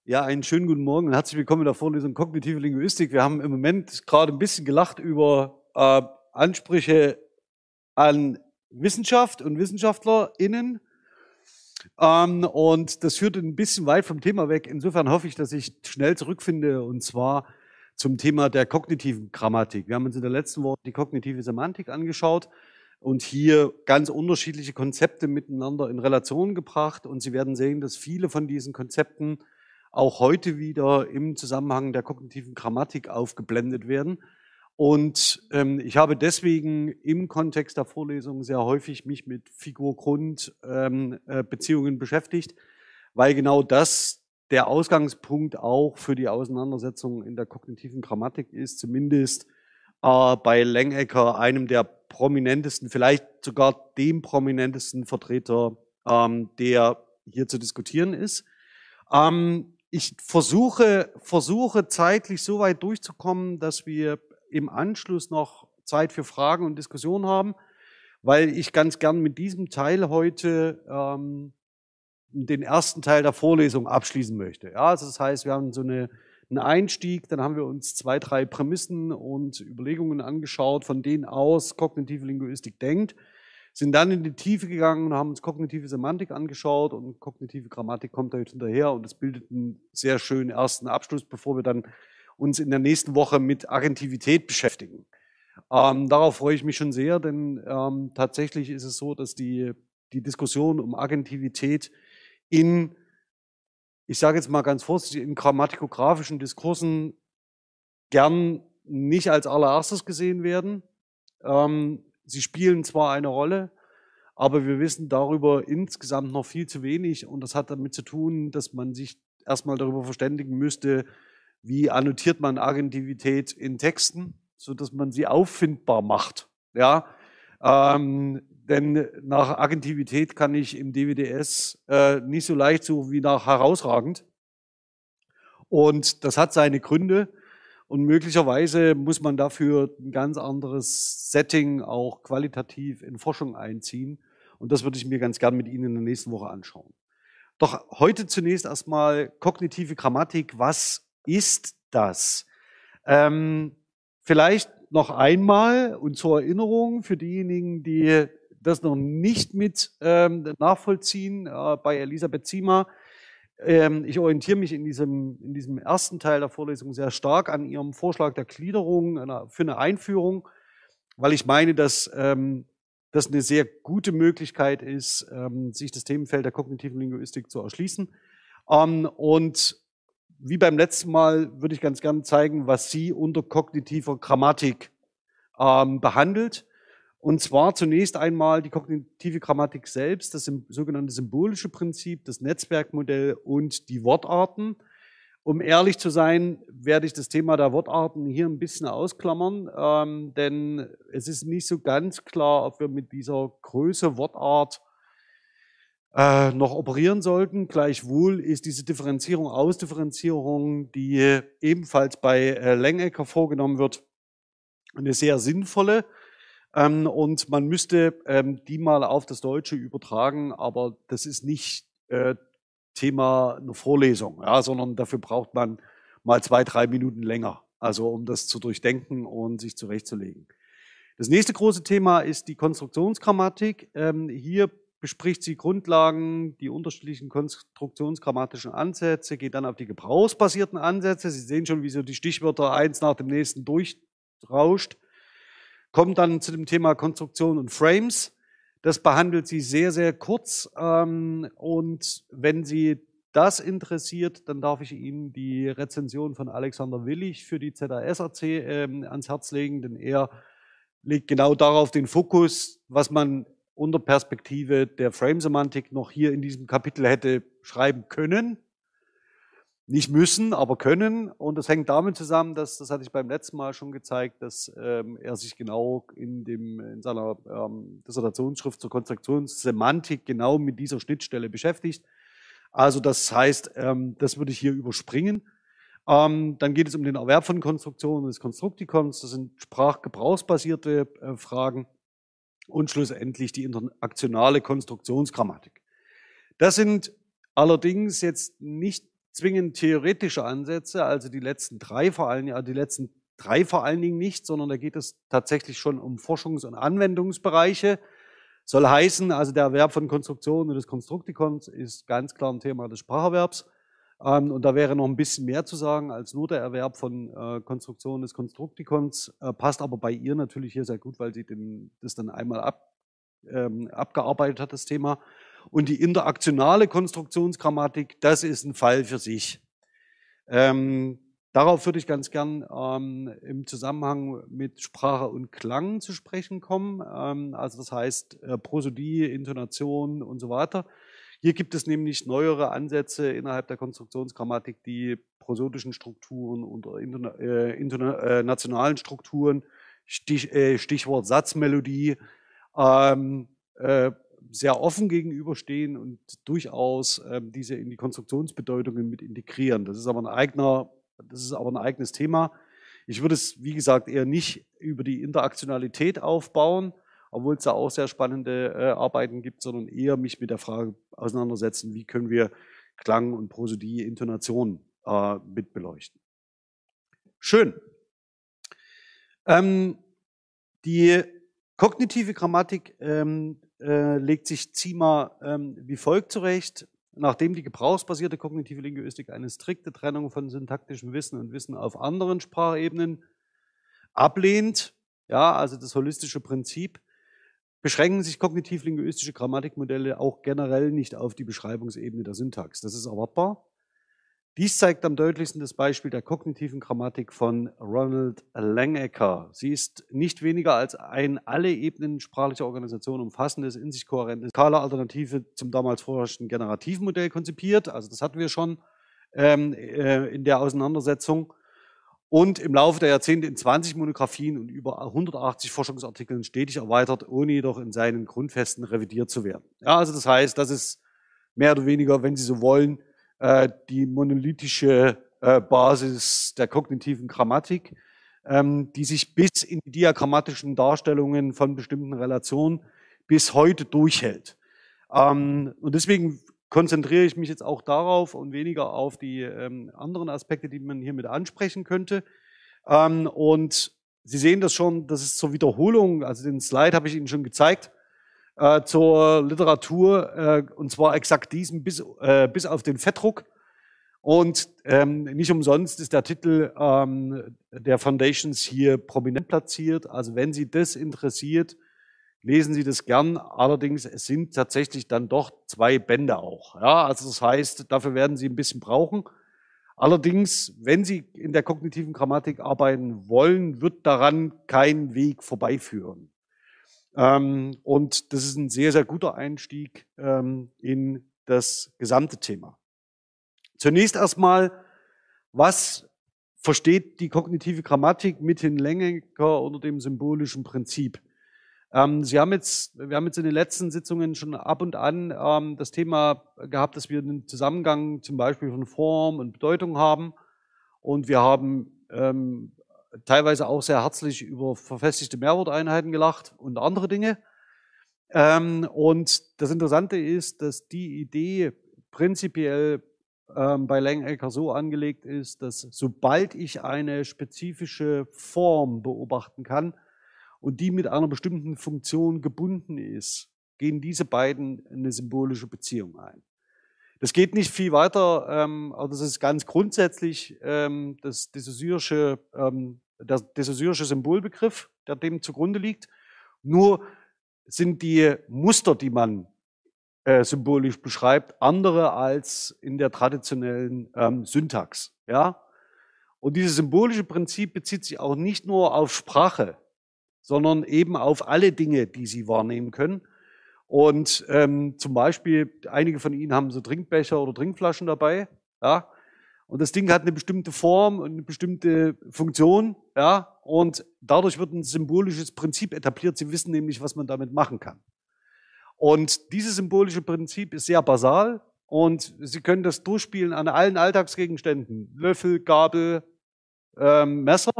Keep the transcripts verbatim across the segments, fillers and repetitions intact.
Ja, einen schönen guten Morgen und herzlich willkommen in der Vorlesung Kognitive Linguistik. Wir haben im Moment gerade ein bisschen gelacht über äh, Ansprüche an Wissenschaft und WissenschaftlerInnen. Ähm, und das führt ein bisschen weit vom Thema weg. Insofern hoffe ich, dass ich schnell zurückfinde, und zwar zum Thema der kognitiven Grammatik. Wir haben uns in der letzten Woche die kognitive Semantik angeschaut und hier ganz unterschiedliche Konzepte miteinander in Relation gebracht. Und Sie werden sehen, dass viele von diesen Konzepten auch heute wieder im Zusammenhang der kognitiven Grammatik aufgeblendet werden. Und ähm, ich habe deswegen im Kontext der Vorlesung sehr häufig mich mit Figur-Grund-Beziehungen ähm, äh, beschäftigt, weil genau das der Ausgangspunkt auch für die Auseinandersetzung in der kognitiven Grammatik ist, zumindest äh, bei Langecker, einem der prominentesten, vielleicht sogar dem prominentesten Vertreter, ähm, der hier zu diskutieren ist. Ähm, ich versuche, versuche zeitlich so weit durchzukommen, dass wir im Anschluss noch Zeit für Fragen und Diskussionen haben, weil ich ganz gern mit diesem Teil heute ähm, den ersten Teil der Vorlesung abschließen möchte. Ja, also das heißt, wir haben so eine, einen Einstieg, dann haben wir uns zwei, drei Prämissen und Überlegungen angeschaut, von denen aus kognitive Linguistik denkt, sind dann in die Tiefe gegangen und haben uns kognitive Semantik angeschaut und kognitive Grammatik kommt da jetzt hinterher und das bildet einen sehr schönen ersten Abschluss, bevor wir dann uns in der nächsten Woche mit Agentivität beschäftigen. Ähm, darauf freue ich mich schon sehr, denn ähm, tatsächlich ist es so, dass die, die Diskussion um Agentivität in, ich sage jetzt mal ganz vorsichtig, in grammatikografischen Diskursen gern nicht als allererstes gesehen werden. Ähm, sie spielen zwar eine Rolle, aber wir wissen darüber insgesamt noch viel zu wenig und das hat damit zu tun, dass man sich erstmal darüber verständigen müsste, wie annotiert man Agentivität in Texten, so dass man sie auffindbar macht. Ja, ähm, denn nach Agentivität kann ich im D W D S äh, nicht so leicht suchen wie nach herausragend. Und das hat seine Gründe. Und möglicherweise muss man dafür ein ganz anderes Setting auch qualitativ in Forschung einziehen. Und das würde ich mir ganz gern mit Ihnen in der nächsten Woche anschauen. Doch heute zunächst erstmal kognitive Grammatik. Was ist das? Ähm, vielleicht noch einmal und zur Erinnerung für diejenigen, die das noch nicht mit ähm, nachvollziehen, äh, bei Elisabeth Ziemer. Ähm, ich orientiere mich in diesem, in diesem ersten Teil der Vorlesung sehr stark an ihrem Vorschlag der Gliederung einer, für eine Einführung, weil ich meine, dass ähm, das eine sehr gute Möglichkeit ist, ähm, sich das Themenfeld der kognitiven Linguistik zu erschließen. Ähm, und wie beim letzten Mal würde ich ganz gerne zeigen, was sie unter kognitiver Grammatik ähm, behandelt. Und zwar zunächst einmal die kognitive Grammatik selbst, das sogenannte symbolische Prinzip, das Netzwerkmodell und die Wortarten. Um ehrlich zu sein, werde ich das Thema der Wortarten hier ein bisschen ausklammern, ähm, denn es ist nicht so ganz klar, ob wir mit dieser Größe Wortart äh, noch operieren sollten. Gleichwohl ist diese Differenzierung, Ausdifferenzierung, die ebenfalls bei äh, Langecker vorgenommen wird, eine sehr sinnvolle. Ähm, und man müsste ähm, die mal auf das Deutsche übertragen, aber das ist nicht äh, Thema einer Vorlesung, ja, sondern dafür braucht man mal zwei, drei Minuten länger, also um das zu durchdenken und sich zurechtzulegen. Das nächste große Thema ist die Konstruktionsgrammatik. Ähm, hier bespricht sie Grundlagen, die unterschiedlichen konstruktionsgrammatischen Ansätze, geht dann auf die gebrauchsbasierten Ansätze. Sie sehen schon, wie so die Stichwörter eins nach dem nächsten durchrauscht. Kommt dann zu dem Thema Konstruktion und Frames. Das behandelt sie sehr, sehr kurz. Ähm, und wenn Sie das interessiert, dann darf ich Ihnen die Rezension von Alexander Willig für die Z A S R C ähm, ans Herz legen, denn er legt genau darauf den Fokus, was man unter Perspektive der Frame-Semantik noch hier in diesem Kapitel hätte schreiben können. Nicht müssen, aber können. Und das hängt damit zusammen, dass, das hatte ich beim letzten Mal schon gezeigt, dass ähm, er sich genau in, dem, in seiner ähm, Dissertationsschrift zur Konstruktionssemantik genau mit dieser Schnittstelle beschäftigt. Also das heißt, ähm, das würde ich hier überspringen. Ähm, dann geht es um den Erwerb von Konstruktionen des Konstruktikons. Das sind sprachgebrauchsbasierte äh, Fragen. Und schlussendlich die interaktionale Konstruktionsgrammatik. Das sind allerdings jetzt nicht zwingend theoretische Ansätze, also die letzten drei vor allen Dingen, die letzten drei vor allen Dingen nicht, sondern da geht es tatsächlich schon um Forschungs- und Anwendungsbereiche. Soll heißen, also der Erwerb von Konstruktionen und des Konstruktikons ist ganz klar ein Thema des Spracherwerbs. Ähm, und da wäre noch ein bisschen mehr zu sagen als nur der Erwerb von äh, Konstruktionen des Konstruktikons. Äh, passt aber bei ihr natürlich hier sehr gut, weil sie den, das dann einmal ab, ähm, abgearbeitet hat, das Thema. Und die interaktionale Konstruktionsgrammatik, das ist ein Fall für sich. Ähm, darauf würde ich ganz gern ähm, im Zusammenhang mit Sprache und Klang zu sprechen kommen. Ähm, also das heißt äh, Prosodie, Intonation und so weiter. Hier gibt es nämlich neuere Ansätze innerhalb der Konstruktionsgrammatik, die prosodischen Strukturen und interna äh, internationalen Strukturen, Stich, äh, Stichwort Satzmelodie, ähm, äh, sehr offen gegenüberstehen und durchaus ähm, diese in die Konstruktionsbedeutungen mit integrieren. Das ist aber ein eigener, das ist aber ein eigenes Thema. Ich würde es, wie gesagt, eher nicht über die Interaktionalität aufbauen, obwohl es da auch sehr spannende äh, Arbeiten gibt, sondern eher mich mit der Frage auseinandersetzen, wie können wir Klang und Prosodie, Intonation äh, mit beleuchten. Schön. Ähm, die kognitive Grammatik ähm, äh, legt sich Ziemer ähm, wie folgt zurecht. Nachdem die gebrauchsbasierte kognitive Linguistik eine strikte Trennung von syntaktischem Wissen und Wissen auf anderen Sprachebenen ablehnt, ja, also das holistische Prinzip, beschränken sich kognitiv-linguistische Grammatikmodelle auch generell nicht auf die Beschreibungsebene der Syntax. Das ist erwartbar. Dies zeigt am deutlichsten das Beispiel der kognitiven Grammatik von Ronald Langecker. Sie ist nicht weniger als ein alle Ebenen sprachlicher Organisation umfassendes, in sich kohärentes, skala Alternative zum damals vorherrschenden generativen Modell konzipiert. Also das hatten wir schon ähm, äh, in der Auseinandersetzung. Und im Laufe der Jahrzehnte in zwanzig Monographien und über hundertachtzig Forschungsartikeln stetig erweitert, ohne jedoch in seinen Grundfesten revidiert zu werden. Ja, also das heißt, das ist mehr oder weniger, wenn Sie so wollen, die monolithische Basis der kognitiven Grammatik, die sich bis in die diagrammatischen Darstellungen von bestimmten Relationen bis heute durchhält. Und deswegen konzentriere ich mich jetzt auch darauf und weniger auf die anderen Aspekte, die man hier mit ansprechen könnte. Und Sie sehen das schon, das ist zur Wiederholung, also den Slide habe ich Ihnen schon gezeigt, Äh, zur Literatur, äh, und zwar exakt diesen bis, äh, bis auf den Fettdruck. Und ähm, nicht umsonst ist der Titel ähm, der Foundations hier prominent platziert. Also wenn Sie das interessiert, lesen Sie das gern. Allerdings, es sind tatsächlich dann doch zwei Bände auch. Ja, also das heißt, dafür werden Sie ein bisschen brauchen. Allerdings, wenn Sie in der kognitiven Grammatik arbeiten wollen, wird daran kein Weg vorbeiführen. Ähm, und das ist ein sehr, sehr guter Einstieg ähm, in das gesamte Thema. Zunächst erstmal, was versteht die kognitive Grammatik mithin Langecker unter dem symbolischen Prinzip? Ähm, Sie haben jetzt, wir haben jetzt in den letzten Sitzungen schon ab und an ähm, das Thema gehabt, dass wir einen Zusammengang zum Beispiel von Form und Bedeutung haben. Und wir haben ähm, teilweise auch sehr herzlich über verfestigte Mehrworteinheiten gelacht und andere Dinge. Ähm, und das Interessante ist, dass die Idee prinzipiell ähm, bei Langecker so angelegt ist, dass sobald ich eine spezifische Form beobachten kann und die mit einer bestimmten Funktion gebunden ist, gehen diese beiden eine symbolische Beziehung ein. Das geht nicht viel weiter, ähm, aber das ist ganz grundsätzlich ähm, das Dessaussiersche, ähm, der Dessaussiersche Symbolbegriff, der dem zugrunde liegt. Nur sind die Muster, die man äh, symbolisch beschreibt, andere als in der traditionellen ähm, Syntax. Ja? Und dieses symbolische Prinzip bezieht sich auch nicht nur auf Sprache, sondern eben auf alle Dinge, die Sie wahrnehmen können. Und ähm, zum Beispiel, einige von Ihnen haben so Trinkbecher oder Trinkflaschen dabei, ja. Und das Ding hat eine bestimmte Form und eine bestimmte Funktion, ja. Und dadurch wird ein symbolisches Prinzip etabliert. Sie wissen nämlich, was man damit machen kann. Und dieses symbolische Prinzip ist sehr basal und Sie können das durchspielen an allen Alltagsgegenständen. Löffel, Gabel, ähm, Messer.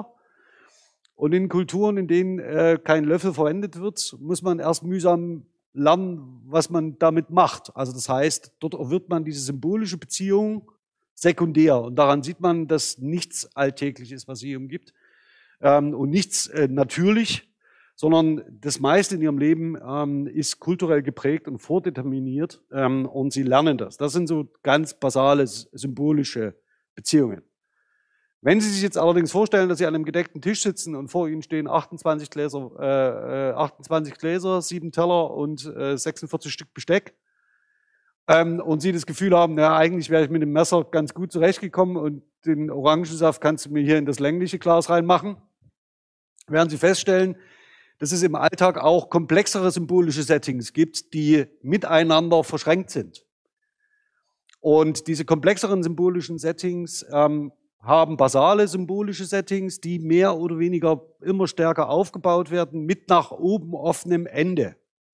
Und in Kulturen, in denen äh, kein Löffel verwendet wird, muss man erst mühsam lernen, was man damit macht. Also das heißt, dort wird man diese symbolische Beziehung sekundär. Und daran sieht man, dass nichts alltäglich ist, was sie umgibt ähm, und nichts äh, natürlich, sondern das meiste in ihrem Leben ähm, ist kulturell geprägt und vordeterminiert ähm, und sie lernen das. Das sind so ganz basale, symbolische Beziehungen. Wenn Sie sich jetzt allerdings vorstellen, dass Sie an einem gedeckten Tisch sitzen und vor Ihnen stehen achtundzwanzig Gläser, äh, achtundzwanzig Gläser, sieben Teller und äh, sechsundvierzig Stück Besteck ähm, und Sie das Gefühl haben, na, eigentlich wäre ich mit dem Messer ganz gut zurechtgekommen und den Orangensaft kannst du mir hier in das längliche Glas reinmachen, werden Sie feststellen, dass es im Alltag auch komplexere symbolische Settings gibt, die miteinander verschränkt sind. Und diese komplexeren symbolischen Settings ähm, haben basale symbolische Settings, die mehr oder weniger immer stärker aufgebaut werden, mit nach oben offenem Ende.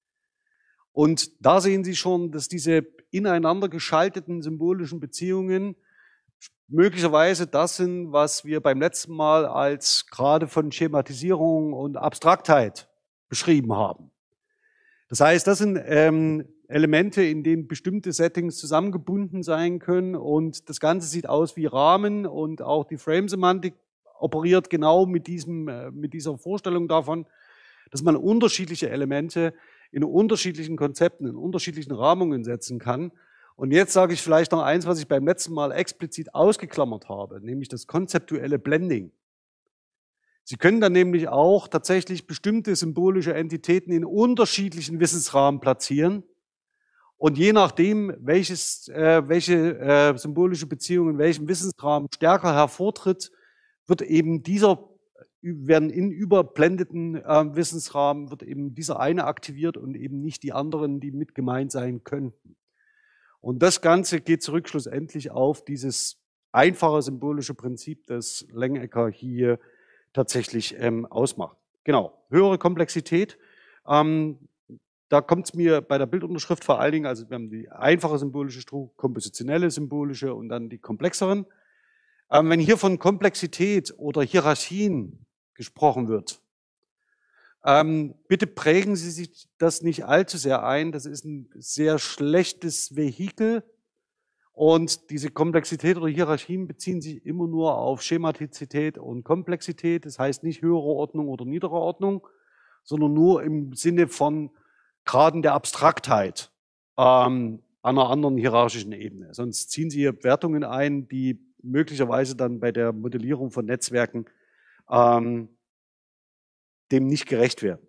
Und da sehen Sie schon, dass diese ineinander geschalteten symbolischen Beziehungen möglicherweise das sind, was wir beim letzten Mal als gerade von Schematisierung und Abstraktheit beschrieben haben. Das heißt, das sind ähm, Elemente, in denen bestimmte Settings zusammengebunden sein können und das Ganze sieht aus wie Rahmen und auch die Frame-Semantik operiert genau mit, diesem, äh, mit dieser Vorstellung davon, dass man unterschiedliche Elemente in unterschiedlichen Konzepten, in unterschiedlichen Rahmungen setzen kann. Und jetzt sage ich vielleicht noch eins, was ich beim letzten Mal explizit ausgeklammert habe, nämlich das konzeptuelle Blending. Sie können dann nämlich auch tatsächlich bestimmte symbolische Entitäten in unterschiedlichen Wissensrahmen platzieren. Und je nachdem, welches, äh, welche äh, symbolische Beziehung in welchem Wissensrahmen stärker hervortritt, wird eben dieser, werden in überblendeten äh, Wissensrahmen, wird eben dieser eine aktiviert und eben nicht die anderen, die mit gemeint sein könnten. Und das Ganze geht zurück schlussendlich auf dieses einfache symbolische Prinzip, das Langecker hier tatsächlich ähm, ausmacht. Genau, höhere Komplexität. Ähm, da kommt es mir bei der Bildunterschrift vor allen Dingen, also wir haben die einfache symbolische Struktur, kompositionelle symbolische und dann die komplexeren. Ähm, wenn hier von Komplexität oder Hierarchien gesprochen wird, ähm, bitte prägen Sie sich das nicht allzu sehr ein. Das ist ein sehr schlechtes Vehikel. Und diese Komplexität oder Hierarchien beziehen sich immer nur auf Schematizität und Komplexität. Das heißt nicht höhere Ordnung oder niedere Ordnung, sondern nur im Sinne von Graden der Abstraktheit ähm, an einer anderen hierarchischen Ebene. Sonst ziehen Sie hier Wertungen ein, die möglicherweise dann bei der Modellierung von Netzwerken ähm, dem nicht gerecht werden.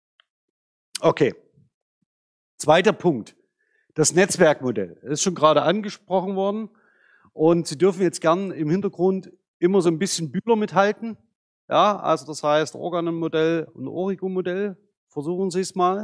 Okay. Zweiter Punkt. Das Netzwerkmodell. Das ist schon gerade angesprochen worden. Und Sie dürfen jetzt gern im Hintergrund immer so ein bisschen Bühler mithalten. Ja, also das heißt Organon-Modell und Origo-Modell. Versuchen Sie es mal.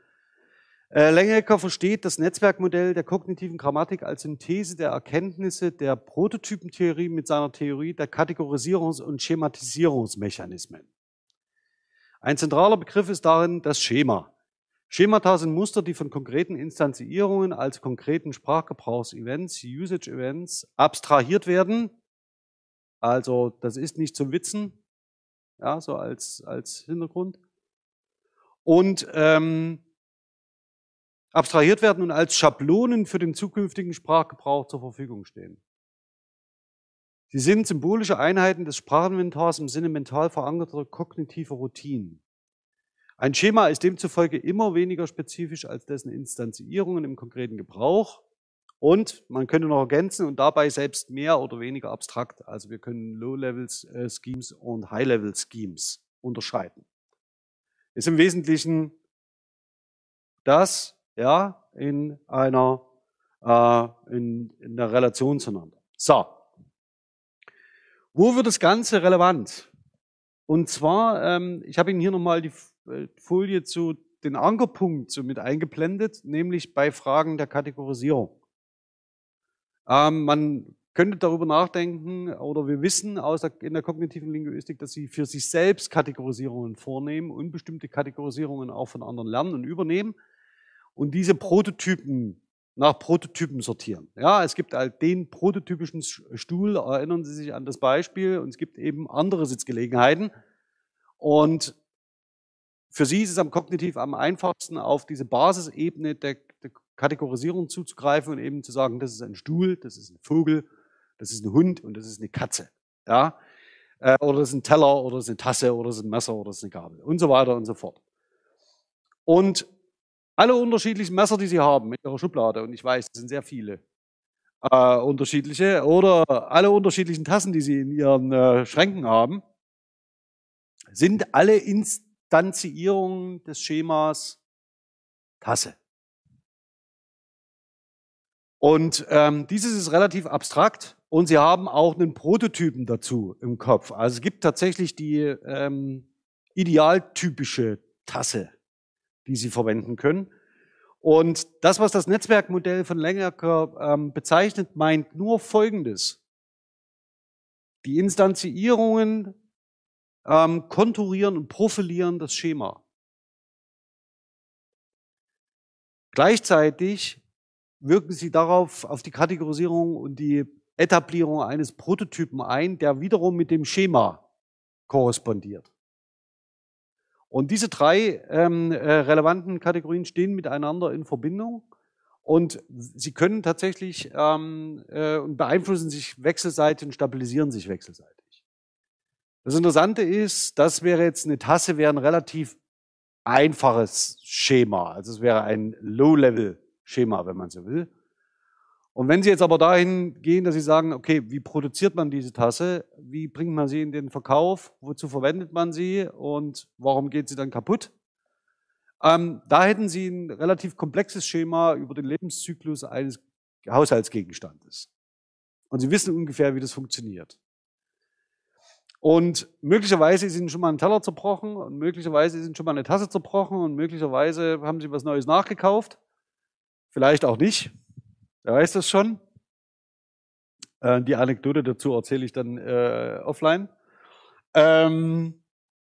Äh, Langecker versteht das Netzwerkmodell der kognitiven Grammatik als Synthese der Erkenntnisse der Prototypentheorie mit seiner Theorie der Kategorisierungs- und Schematisierungsmechanismen. Ein zentraler Begriff ist darin das Schema. Schemata sind Muster, die von konkreten Instanzierungen als konkreten Sprachgebrauchs-Events, Usage-Events abstrahiert werden. Also das ist nicht zum Witzen, ja, so als, als Hintergrund. Und ähm, abstrahiert werden und als Schablonen für den zukünftigen Sprachgebrauch zur Verfügung stehen. Sie sind symbolische Einheiten des Sprachinventars im Sinne mental verankerter kognitiver Routinen. Ein Schema ist demzufolge immer weniger spezifisch als dessen Instanzierungen im konkreten Gebrauch und man könnte noch ergänzen und dabei selbst mehr oder weniger abstrakt. Also wir können Low-Level-Schemes und High-Level-Schemes unterscheiden. Ist im Wesentlichen das, ja, in einer, äh, in, in einer Relation zueinander. So. Wo wird das Ganze relevant? Und zwar, ähm, ich habe Ihnen hier nochmal die Folie zu den Ankerpunkt so mit eingeblendet, nämlich bei Fragen der Kategorisierung. Ähm, man könnte darüber nachdenken, oder wir wissen aus der, in der kognitiven Linguistik, dass Sie für sich selbst Kategorisierungen vornehmen und bestimmte Kategorisierungen auch von anderen lernen und übernehmen und diese Prototypen nach Prototypen sortieren. Ja, es gibt halt den prototypischen Stuhl, erinnern Sie sich an das Beispiel, und es gibt eben andere Sitzgelegenheiten. Und für Sie ist es am kognitiv am einfachsten, auf diese Basisebene der, der Kategorisierung zuzugreifen und eben zu sagen, das ist ein Stuhl, das ist ein Vogel, Das ist ein Hund und das ist eine Katze. Ja? Äh, oder das ist ein Teller oder das ist eine Tasse oder das ist ein Messer oder das ist eine Gabel und so weiter und so fort. Und alle unterschiedlichen Messer, die Sie haben in Ihrer Schublade, und ich weiß, es sind sehr viele äh, unterschiedliche, oder alle unterschiedlichen Tassen, die Sie in Ihren äh, Schränken haben, sind alle Instanzierungen des Schemas Tasse. Und ähm, dieses ist relativ abstrakt und Sie haben auch einen Prototypen dazu im Kopf. Also es gibt tatsächlich die ähm, idealtypische Tasse, die Sie verwenden können. Und das, was das Netzwerkmodell von Langacker ähm, bezeichnet, meint nur Folgendes. Die Instanzierungen ähm, konturieren und profilieren das Schema. Gleichzeitig wirken sie darauf, auf die Kategorisierung und die Etablierung eines Prototypen ein, der wiederum mit dem Schema korrespondiert. Und diese drei ähm, äh, relevanten Kategorien stehen miteinander in Verbindung und sie können tatsächlich ähm, äh, und beeinflussen sich wechselseitig und stabilisieren sich wechselseitig. Das Interessante ist, das wäre jetzt eine Tasse, wäre ein relativ einfaches Schema. Also es wäre ein Low-Level-Schema, wenn man so will. Und wenn Sie jetzt aber dahin gehen, dass Sie sagen, okay, wie produziert man diese Tasse? Wie bringt man sie in den Verkauf? Wozu verwendet man sie? Und warum geht sie dann kaputt? Ähm, da hätten Sie ein relativ komplexes Schema über den Lebenszyklus eines Haushaltsgegenstandes. Und Sie wissen ungefähr, wie das funktioniert. Und möglicherweise ist Ihnen schon mal ein Teller zerbrochen und möglicherweise ist Ihnen schon mal eine Tasse zerbrochen und möglicherweise haben Sie was Neues nachgekauft. Vielleicht auch nicht. Wer weiß das schon? Äh, die Anekdote dazu erzähle ich dann äh, offline. Ähm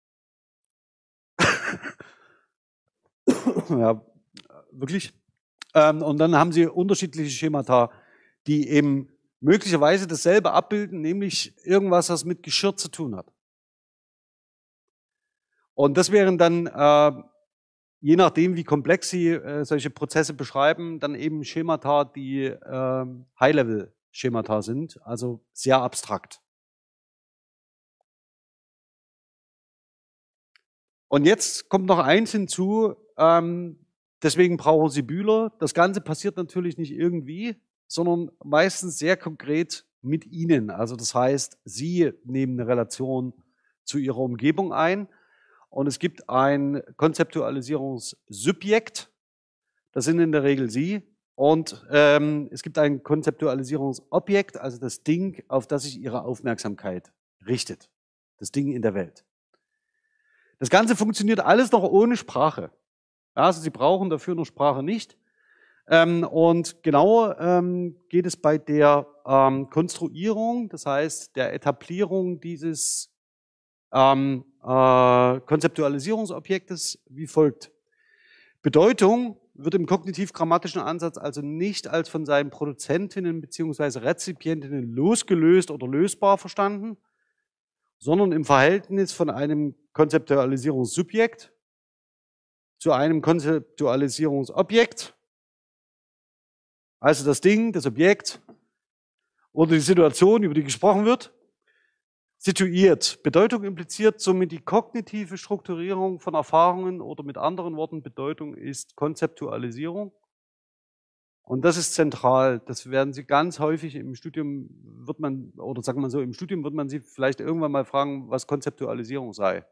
ja, wirklich. Ähm, und dann haben Sie unterschiedliche Schemata, die eben möglicherweise dasselbe abbilden, nämlich irgendwas, was mit Geschirr zu tun hat. Und das wären dann, äh, je nachdem, wie komplex Sie äh, solche Prozesse beschreiben, dann eben Schemata, die äh, High-Level-Schemata sind, also sehr abstrakt. Und jetzt kommt noch eins hinzu, ähm, deswegen brauchen Sie Bühler. Das Ganze passiert natürlich nicht irgendwie, sondern meistens sehr konkret mit Ihnen. Also das heißt, Sie nehmen eine Relation zu Ihrer Umgebung ein und es gibt ein Konzeptualisierungssubjekt, das sind in der Regel Sie, und ähm, es gibt ein Konzeptualisierungsobjekt, also das Ding, auf das sich Ihre Aufmerksamkeit richtet. Das Ding in der Welt. Das Ganze funktioniert alles noch ohne Sprache. Ja, also Sie brauchen dafür noch Sprache nicht. Ähm, und genau ähm, geht es bei der ähm, Konstruierung, das heißt der Etablierung dieses ähm, äh, Konzeptualisierungsobjektes wie folgt. Bedeutung wird im kognitiv-grammatischen Ansatz also nicht als von seinen Produzentinnen bzw. Rezipientinnen losgelöst oder lösbar verstanden, sondern im Verhältnis von einem Konzeptualisierungssubjekt zu einem Konzeptualisierungsobjekt, also das Ding, das Objekt oder die Situation, über die gesprochen wird, situiert. Bedeutung impliziert somit die kognitive Strukturierung von Erfahrungen oder mit anderen Worten, Bedeutung ist Konzeptualisierung. Und das ist zentral. Das werden Sie ganz häufig im Studium, wird man, oder sagen wir mal so, im Studium wird man Sie vielleicht irgendwann mal fragen, was Konzeptualisierung sei.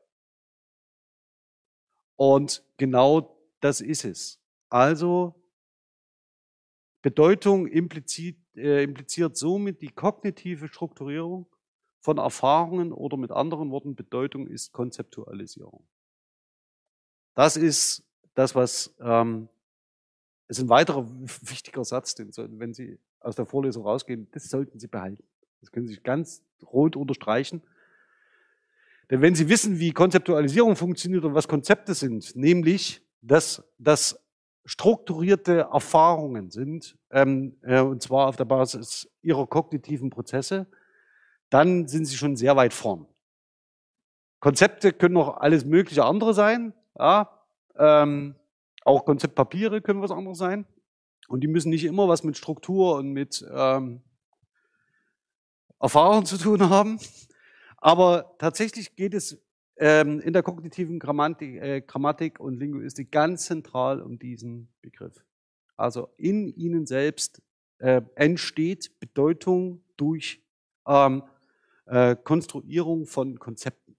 Und genau das ist es. Also Bedeutung impliziert, äh, impliziert somit die kognitive Strukturierung von Erfahrungen oder mit anderen Worten, Bedeutung ist Konzeptualisierung. Das ist das, was, ähm, ist ein weiterer wichtiger Satz, den sollten, wenn Sie aus der Vorlesung rausgehen, das sollten Sie behalten. Das können Sie ganz rot unterstreichen. Denn wenn Sie wissen, wie Konzeptualisierung funktioniert und was Konzepte sind, nämlich, dass das strukturierte Erfahrungen sind, ähm, äh, und zwar auf der Basis Ihrer kognitiven Prozesse, dann sind Sie schon sehr weit vorn. Konzepte können noch alles mögliche andere sein, ja, ähm, auch Konzeptpapiere können was anderes sein und die müssen nicht immer was mit Struktur und mit ähm, Erfahrung zu tun haben. Aber tatsächlich geht es ähm, in der kognitiven Grammatik, äh, Grammatik und Linguistik ganz zentral um diesen Begriff. Also in Ihnen selbst äh, entsteht Bedeutung durch ähm, äh, Konstruierung von Konzepten.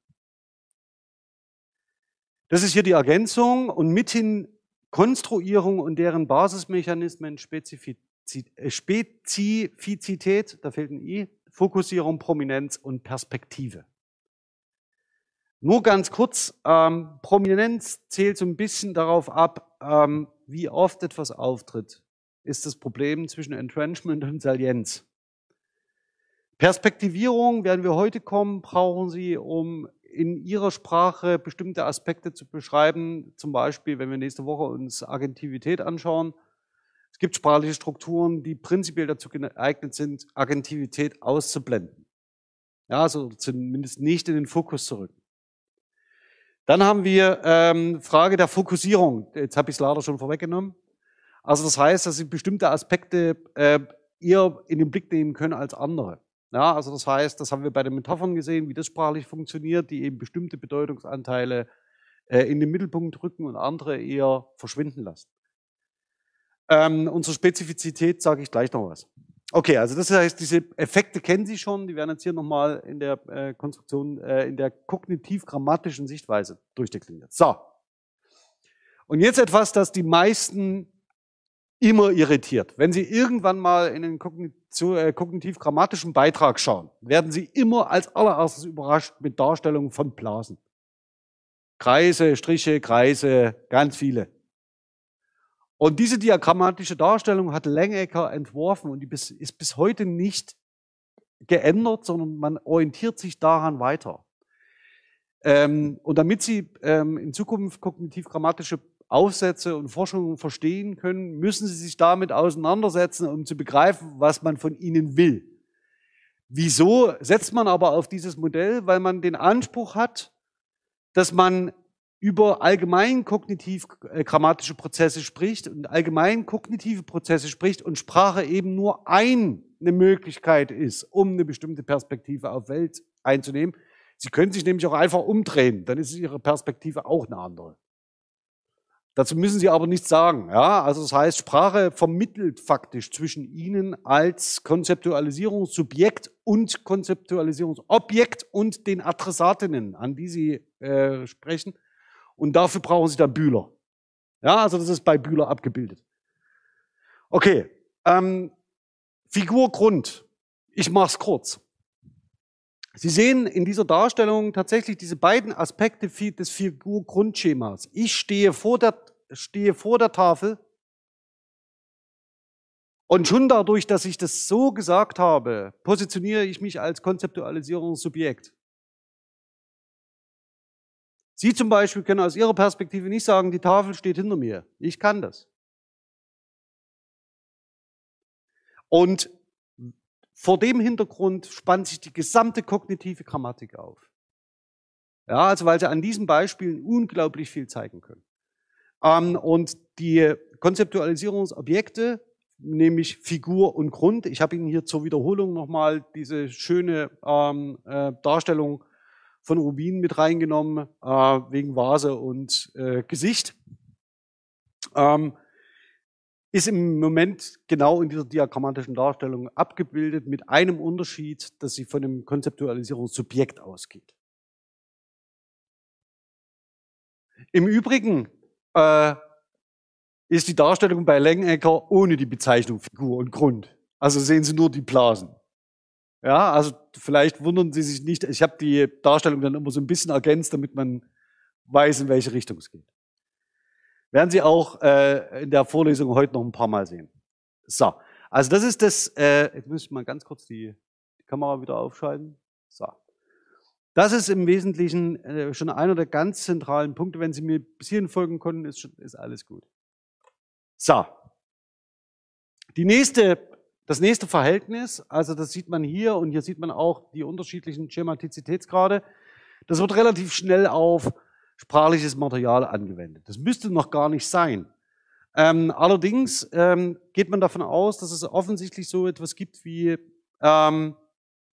Das ist hier die Ergänzung und mithin Konstruierung und deren Basismechanismen, Spezifizität, da fehlt ein I, Fokussierung, Prominenz und Perspektive. Nur ganz kurz, ähm, Prominenz zählt so ein bisschen darauf ab, ähm, wie oft etwas auftritt. Ist das Problem zwischen Entrenchment und Salienz. Perspektivierung, werden wir heute kommen, brauchen Sie, um in Ihrer Sprache bestimmte Aspekte zu beschreiben. Zum Beispiel, wenn wir nächste Woche uns Agentivität anschauen. Es gibt sprachliche Strukturen, die prinzipiell dazu geeignet sind, Agentivität auszublenden. Ja, also zumindest nicht in den Fokus zu rücken. Dann haben wir ähm, Frage der Fokussierung. Jetzt habe ich es leider schon vorweggenommen. Also das heißt, dass Sie bestimmte Aspekte äh, eher in den Blick nehmen können als andere. Ja, also das heißt, das haben wir bei den Metaphern gesehen, wie das sprachlich funktioniert, die eben bestimmte Bedeutungsanteile äh, in den Mittelpunkt rücken und andere eher verschwinden lassen. Ähm, unsere Spezifizität sage ich gleich noch was. Okay, also das heißt, diese Effekte kennen Sie schon, die werden jetzt hier nochmal in der äh, Konstruktion, äh, in der kognitiv-grammatischen Sichtweise durchdekliniert. So. Und jetzt etwas, das die meisten immer irritiert. Wenn Sie irgendwann mal in den äh, kognitiv-grammatischen Beitrag schauen, werden Sie immer als allererstes überrascht mit Darstellungen von Blasen. Kreise, Striche, Kreise, ganz viele. Und diese diagrammatische Darstellung hat Langecker entworfen und die bis, ist bis heute nicht geändert, sondern man orientiert sich daran weiter. Ähm, und damit Sie ähm, in Zukunft kognitiv-grammatische Aufsätze und Forschungen verstehen können, müssen Sie sich damit auseinandersetzen, um zu begreifen, was man von Ihnen will. Wieso setzt man aber auf dieses Modell? Weil man den Anspruch hat, dass man über allgemein kognitiv-grammatische Prozesse spricht und allgemein kognitive Prozesse spricht und Sprache eben nur eine Möglichkeit ist, um eine bestimmte Perspektive auf Welt einzunehmen. Sie können sich nämlich auch einfach umdrehen, dann ist Ihre Perspektive auch eine andere. Dazu müssen Sie aber nichts sagen. Ja? Also das heißt, Sprache vermittelt faktisch zwischen Ihnen als Konzeptualisierungssubjekt und Konzeptualisierungsobjekt und den Adressatinnen, an die Sie äh, sprechen. Und dafür brauchen Sie dann Bühler. Ja, also das ist bei Bühler abgebildet. Okay, ähm, Figur Grund. Ich mache es kurz. Sie sehen in dieser Darstellung tatsächlich diese beiden Aspekte des Figur-Grundschemas. Ich stehe vor der, stehe vor der Tafel und schon dadurch, dass ich das so gesagt habe, positioniere ich mich als Konzeptualisierungssubjekt. Sie zum Beispiel können aus Ihrer Perspektive nicht sagen, die Tafel steht hinter mir. Ich kann das. Und vor dem Hintergrund spannt sich die gesamte kognitive Grammatik auf. Ja, also weil Sie an diesen Beispielen unglaublich viel zeigen können. Ähm, und die Konzeptualisierungsobjekte, nämlich Figur und Grund, ich habe Ihnen hier zur Wiederholung nochmal diese schöne ähm, äh, Darstellung von Rubin mit reingenommen, äh, wegen Vase und äh, Gesicht. Ähm, ist im Moment genau in dieser diagrammatischen Darstellung abgebildet, mit einem Unterschied, dass sie von dem Konzeptualisierungssubjekt ausgeht. Im Übrigen äh, ist die Darstellung bei Langecker ohne die Bezeichnung Figur und Grund. Also sehen Sie nur die Blasen. Ja, also vielleicht wundern Sie sich nicht, ich habe die Darstellung dann immer so ein bisschen ergänzt, damit man weiß, in welche Richtung es geht. Werden Sie auch äh, in der Vorlesung heute noch ein paar Mal sehen. So, also das ist das, äh, jetzt muss ich mal ganz kurz die, die Kamera wieder aufschalten. So. Das ist im Wesentlichen äh, schon einer der ganz zentralen Punkte. Wenn Sie mir bis hierhin folgen konnten, ist, schon, ist alles gut. So. Die nächste, das nächste Verhältnis, also das sieht man hier und hier sieht man auch die unterschiedlichen Schematizitätsgrade. Das wird relativ schnell auf sprachliches Material angewendet. Das müsste noch gar nicht sein. Ähm, allerdings ähm, geht man davon aus, dass es offensichtlich so etwas gibt wie ähm,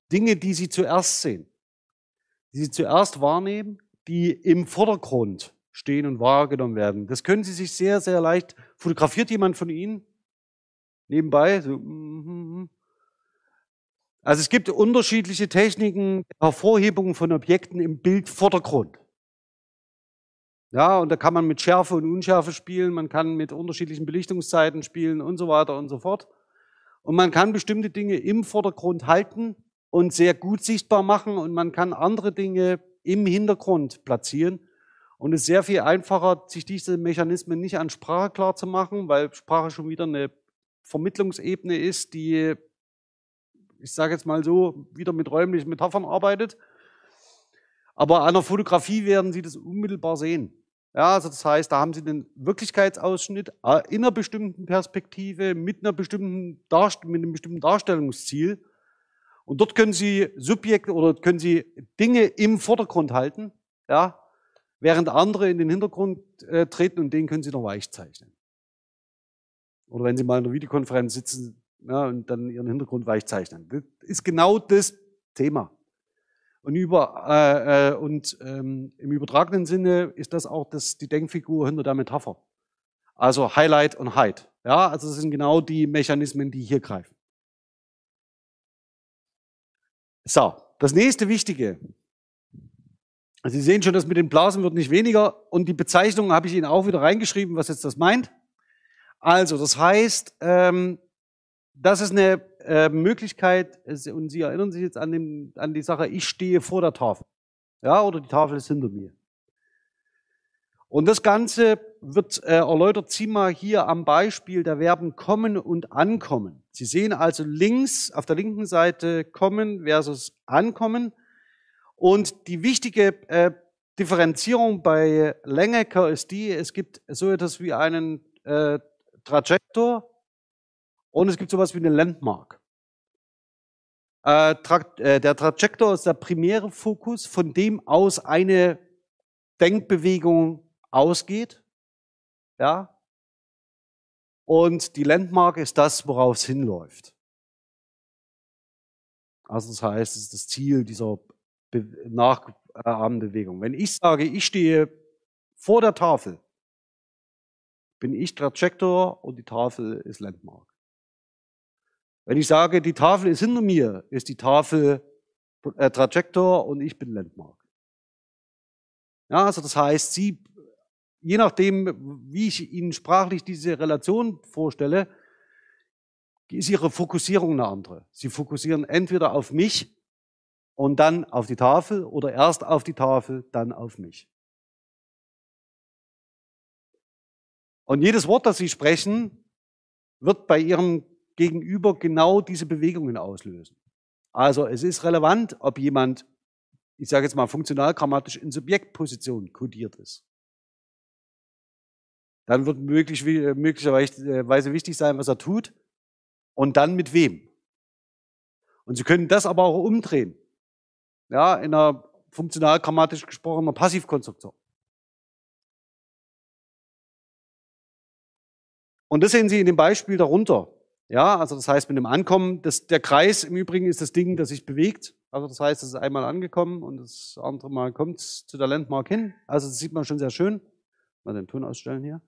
Dinge, die Sie zuerst sehen, die Sie zuerst wahrnehmen, die im Vordergrund stehen und wahrgenommen werden. Das können Sie sich sehr, sehr leicht, fotografiert jemand von Ihnen nebenbei? So, mm-hmm. Also es gibt unterschiedliche Techniken der Hervorhebung von Objekten im Bildvordergrund. Ja, und da kann man mit Schärfe und Unschärfe spielen, man kann mit unterschiedlichen Belichtungszeiten spielen und so weiter und so fort. Und man kann bestimmte Dinge im Vordergrund halten und sehr gut sichtbar machen und man kann andere Dinge im Hintergrund platzieren. Und es ist sehr viel einfacher, sich diese Mechanismen nicht an Sprache klar zu machen, weil Sprache schon wieder eine Vermittlungsebene ist, die, ich sage jetzt mal so, wieder mit räumlichen Metaphern arbeitet. Aber an der Fotografie werden Sie das unmittelbar sehen. Ja, also das heißt, da haben Sie den Wirklichkeitsausschnitt in einer bestimmten Perspektive mit einer bestimmten Darst- mit einem bestimmten Darstellungsziel. Und dort können Sie Subjekte oder können Sie Dinge im Vordergrund halten, ja, während andere in den Hintergrund äh, treten und den können Sie noch weich zeichnen. Oder wenn Sie mal in einer Videokonferenz sitzen, ja, und dann Ihren Hintergrund weich zeichnen. Das ist genau das Thema. Und, über, äh, äh, und ähm, im übertragenen Sinne ist das auch das, die Denkfigur hinter der Metapher. Also Highlight und Hide. Ja, also das sind genau die Mechanismen, die hier greifen. So, das nächste Wichtige. Also Sie sehen schon, das mit den Blasen wird nicht weniger. Und die Bezeichnung habe ich Ihnen auch wieder reingeschrieben, was jetzt das meint. Also, das heißt, ähm, das ist eine äh, Möglichkeit, und Sie erinnern sich jetzt an, den, an die Sache, ich stehe vor der Tafel. Ja, oder die Tafel ist hinter mir. Und das Ganze wird äh, erläutert, zieh mal hier am Beispiel der Verben kommen und ankommen. Sie sehen also links, auf der linken Seite kommen versus ankommen. Und die wichtige äh, Differenzierung bei Langecker ist die, es gibt so etwas wie einen äh, Trajektor und es gibt sowas wie eine Landmark. Äh, tra äh, der Trajektor ist der primäre Fokus, von dem aus eine Denkbewegung ausgeht. Ja? Und die Landmark ist das, worauf es hinläuft. Also das heißt, es ist das Ziel dieser nachahmenden Bewegung. Wenn ich sage, ich stehe vor der Tafel, bin ich Trajektor und die Tafel ist Landmark. Wenn ich sage, die Tafel ist hinter mir, ist die Tafel äh, Trajektor und ich bin Landmark. Ja, also das heißt, Sie, je nachdem, wie ich Ihnen sprachlich diese Relation vorstelle, ist Ihre Fokussierung eine andere. Sie fokussieren entweder auf mich und dann auf die Tafel oder erst auf die Tafel, dann auf mich. Und jedes Wort, das Sie sprechen, wird bei Ihrem Gegenüber genau diese Bewegungen auslösen. Also es ist relevant, ob jemand, ich sage jetzt mal funktional grammatisch in Subjektposition kodiert ist. Dann wird möglich, möglicherweise wichtig sein, was er tut und dann mit wem. Und Sie können das aber auch umdrehen. Ja, in einer funktional grammatisch gesprochener Passivkonstruktion. Und das sehen Sie in dem Beispiel darunter. Ja, also das heißt mit dem Ankommen, das, der Kreis im Übrigen ist das Ding, das sich bewegt. Also das heißt, es ist einmal angekommen und das andere Mal kommt es zu der Landmark hin. Also das sieht man schon sehr schön. Mal den Ton ausstellen hier.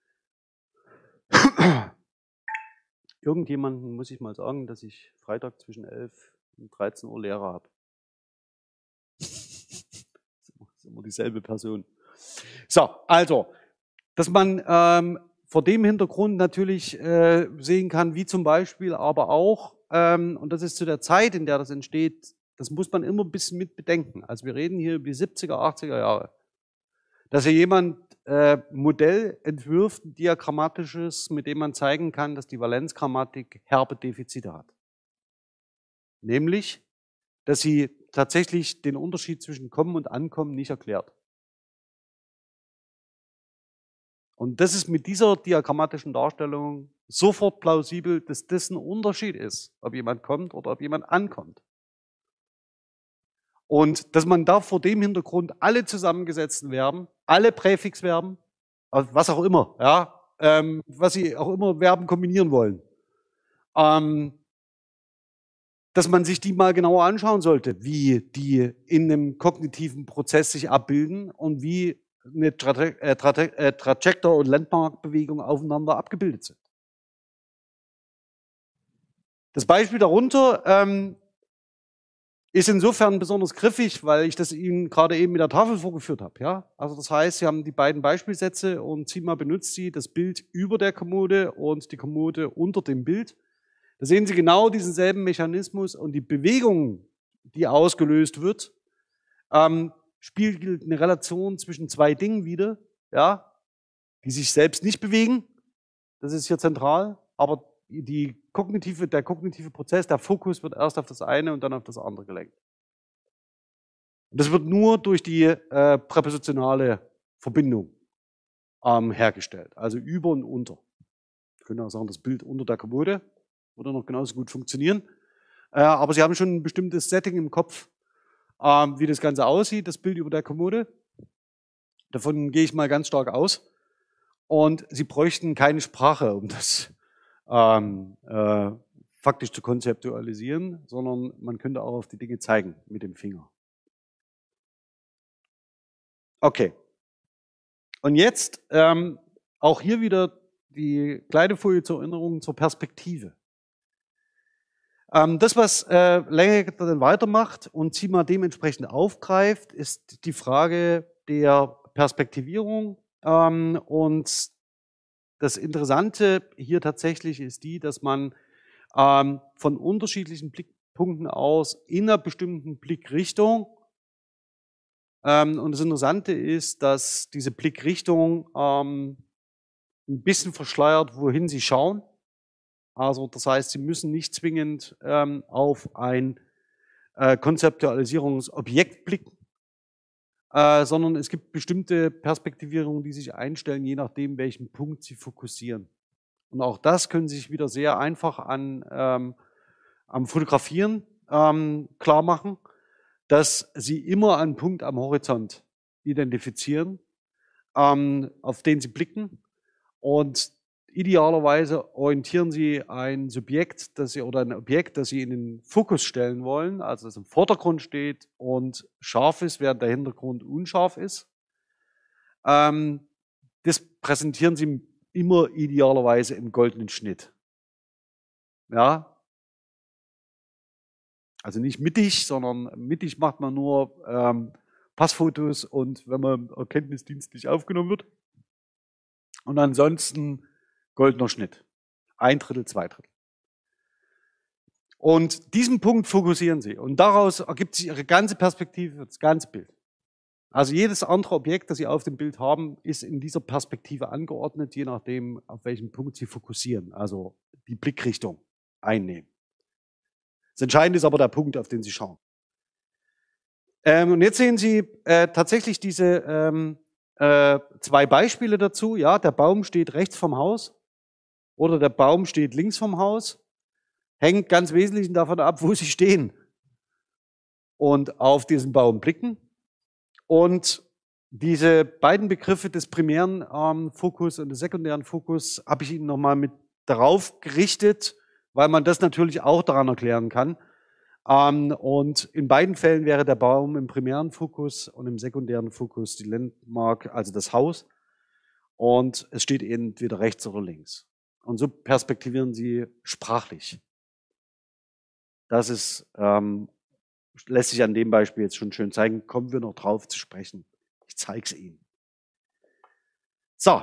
Irgendjemanden muss ich mal sagen, dass ich Freitag zwischen elf und dreizehn Uhr Lehrer habe. Das ist immer dieselbe Person. So, also, dass man ähm, vor dem Hintergrund natürlich äh, sehen kann, wie zum Beispiel aber auch, ähm, und das ist zu der Zeit, in der das entsteht, das muss man immer ein bisschen mit bedenken. Also wir reden hier über die siebziger, achtziger Jahre. Dass hier jemand äh, Modell entwirft, ein diagrammatisches, mit dem man zeigen kann, dass die Valenzgrammatik herbe Defizite hat. Nämlich, dass sie tatsächlich den Unterschied zwischen Kommen und Ankommen nicht erklärt. Und das ist mit dieser diagrammatischen Darstellung sofort plausibel, dass das ein Unterschied ist, ob jemand kommt oder ob jemand ankommt. Und dass man da vor dem Hintergrund alle zusammengesetzten Verben, alle Präfixverben, was auch immer, ja, ähm, was Sie auch immer Verben kombinieren wollen, ähm, dass man sich die mal genauer anschauen sollte, wie die in einem kognitiven Prozess sich abbilden und wie eine Traje äh, Traje äh, Trajektor- und Landmarkbewegung aufeinander abgebildet sind. Das Beispiel darunter ähm, ist insofern besonders griffig, weil ich das Ihnen gerade eben mit der Tafel vorgeführt habe. Ja? Also das heißt, Sie haben die beiden Beispielsätze und Zima benutzt sie, das Bild über der Kommode und die Kommode unter dem Bild. Da sehen Sie genau diesen selben Mechanismus und die Bewegung, die ausgelöst wird, ähm, spiegelt eine Relation zwischen zwei Dingen wider, ja, die sich selbst nicht bewegen. Das ist hier zentral, aber die kognitive, der kognitive Prozess, der Fokus wird erst auf das eine und dann auf das andere gelenkt. Und das wird nur durch die äh, präpositionale Verbindung ähm, hergestellt, also über und unter. Wir können auch sagen, das Bild unter der Kommode würde noch genauso gut funktionieren. Äh, aber Sie haben schon ein bestimmtes Setting im Kopf, ähm, wie das Ganze aussieht, das Bild über der Kommode. Davon gehe ich mal ganz stark aus. Und Sie bräuchten keine Sprache, um das ähm, äh, faktisch zu konzeptualisieren, sondern man könnte auch auf die Dinge zeigen mit dem Finger. Okay. Und jetzt ähm, auch hier wieder die kleine Folie zur Erinnerung zur Perspektive. Ähm, das, was äh, Lange dann weitermacht und Zima dementsprechend aufgreift, ist die Frage der Perspektivierung. Ähm, und das Interessante hier tatsächlich ist die, dass man ähm, von unterschiedlichen Blickpunkten aus in einer bestimmten Blickrichtung, ähm, und das Interessante ist, dass diese Blickrichtung ähm, ein bisschen verschleiert, wohin sie schauen. Also das heißt, sie müssen nicht zwingend ähm, auf ein äh, Konzeptualisierungsobjekt blicken, äh, sondern es gibt bestimmte Perspektivierungen, die sich einstellen, je nachdem, welchen Punkt sie fokussieren. Und auch das können Sie sich wieder sehr einfach an ähm, am Fotografieren ähm, klar machen, dass Sie immer einen Punkt am Horizont identifizieren, ähm, auf den Sie blicken, und idealerweise orientieren Sie ein Subjekt, das Sie oder ein Objekt, das Sie in den Fokus stellen wollen, also das im Vordergrund steht und scharf ist, während der Hintergrund unscharf ist. Ähm, das präsentieren Sie immer idealerweise im goldenen Schnitt. Ja, also nicht mittig, sondern mittig macht man nur ähm, Passfotos und wenn man erkenntnisdienstlich aufgenommen wird. Und ansonsten goldener Schnitt. Ein Drittel, zwei Drittel. Und diesen Punkt fokussieren Sie. Und daraus ergibt sich Ihre ganze Perspektive für das ganze Bild. Also jedes andere Objekt, das Sie auf dem Bild haben, ist in dieser Perspektive angeordnet, je nachdem, auf welchen Punkt Sie fokussieren. Also die Blickrichtung einnehmen. Das Entscheidende ist aber der Punkt, auf den Sie schauen. Ähm, und jetzt sehen Sie äh, tatsächlich diese ähm, äh, zwei Beispiele dazu. Ja, der Baum steht rechts vom Haus oder der Baum steht links vom Haus. Hängt ganz wesentlich davon ab, wo Sie stehen und auf diesen Baum blicken. Und diese beiden Begriffe des primären ähm, Fokus und des sekundären Fokus habe ich Ihnen nochmal mit darauf gerichtet, weil man das natürlich auch daran erklären kann. Um, und in beiden Fällen wäre der Baum im primären Fokus und im sekundären Fokus die Landmark, also das Haus. Und es steht entweder rechts oder links. Und so perspektivieren Sie sprachlich. Das ist, ähm, lässt sich an dem Beispiel jetzt schon schön zeigen. Kommen wir noch drauf zu sprechen. Ich zeige es Ihnen. So.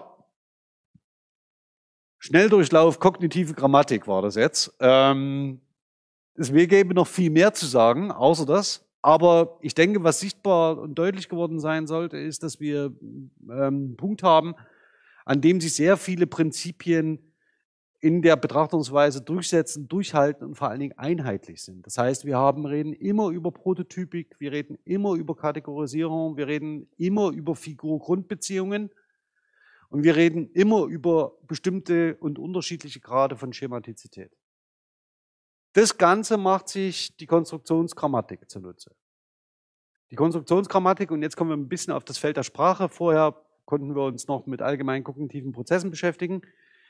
Schnelldurchlauf, kognitive Grammatik war das jetzt. Ähm, Es gäbe noch viel mehr zu sagen, außer das. Aber ich denke, was sichtbar und deutlich geworden sein sollte, ist, dass wir ähm, einen Punkt haben, an dem sich sehr viele Prinzipien in der Betrachtungsweise durchsetzen, durchhalten und vor allen Dingen einheitlich sind. Das heißt, wir haben, reden immer über Prototypik, wir reden immer über Kategorisierung, wir reden immer über Figur-Grundbeziehungen und wir reden immer über bestimmte und unterschiedliche Grade von Schematizität. Das Ganze macht sich die Konstruktionsgrammatik zunutze. Die Konstruktionsgrammatik, und jetzt kommen wir ein bisschen auf das Feld der Sprache. Vorher konnten wir uns noch mit allgemeinen kognitiven Prozessen beschäftigen.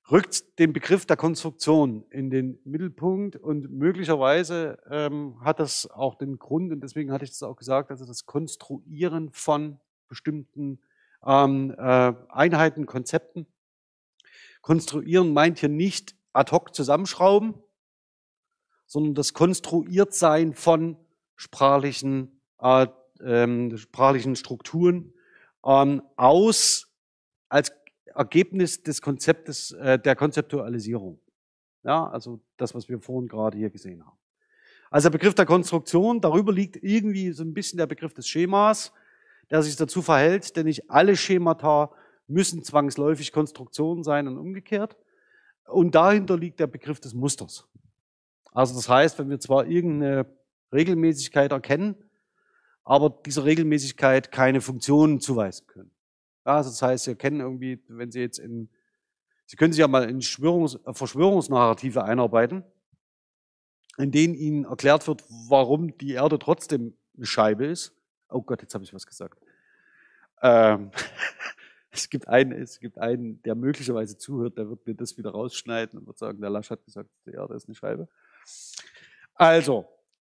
rückt den Begriff der Konstruktion in den Mittelpunkt und möglicherweise ähm, hat das auch den Grund, und deswegen hatte ich das auch gesagt, also das Konstruieren von bestimmten ähm, äh, Einheiten, Konzepten. Konstruieren meint hier nicht ad hoc zusammenschrauben, sondern das Konstruiertsein von sprachlichen, äh, ähm, sprachlichen Strukturen ähm, aus als Ergebnis des Konzeptes äh, der Konzeptualisierung. Ja, also das, was wir vorhin gerade hier gesehen haben. Also der Begriff der Konstruktion, darüber liegt irgendwie so ein bisschen der Begriff des Schemas, der sich dazu verhält, denn nicht alle Schemata müssen zwangsläufig Konstruktionen sein und umgekehrt. Und dahinter liegt der Begriff des Musters. Also das heißt, wenn wir zwar irgendeine Regelmäßigkeit erkennen, aber dieser Regelmäßigkeit keine Funktionen zuweisen können. Ja, also das heißt, Sie erkennen irgendwie, wenn Sie jetzt in, Sie können sich ja mal in Verschwörungs, Verschwörungsnarrative einarbeiten, in denen Ihnen erklärt wird, warum die Erde trotzdem eine Scheibe ist. Oh Gott, jetzt habe ich was gesagt. Ähm, es gibt einen, es gibt einen, der möglicherweise zuhört, der wird mir das wieder rausschneiden und wird sagen, der Lasch hat gesagt, die Erde ist eine Scheibe. Also,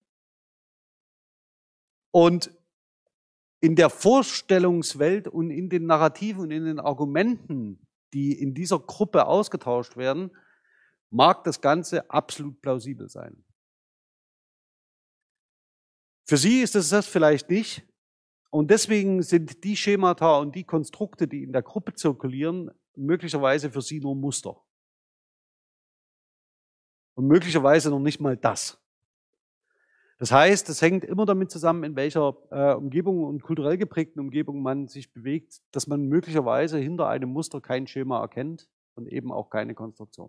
und in der Vorstellungswelt und in den Narrativen und in den Argumenten, die in dieser Gruppe ausgetauscht werden, mag das Ganze absolut plausibel sein. Für Sie ist es das vielleicht nicht. Und deswegen sind die Schemata und die Konstrukte, die in der Gruppe zirkulieren, möglicherweise für Sie nur Muster. Und möglicherweise noch nicht mal das. Das heißt, es hängt immer damit zusammen, in welcher äh, Umgebung und kulturell geprägten Umgebung man sich bewegt, dass man möglicherweise hinter einem Muster kein Schema erkennt und eben auch keine Konstruktion.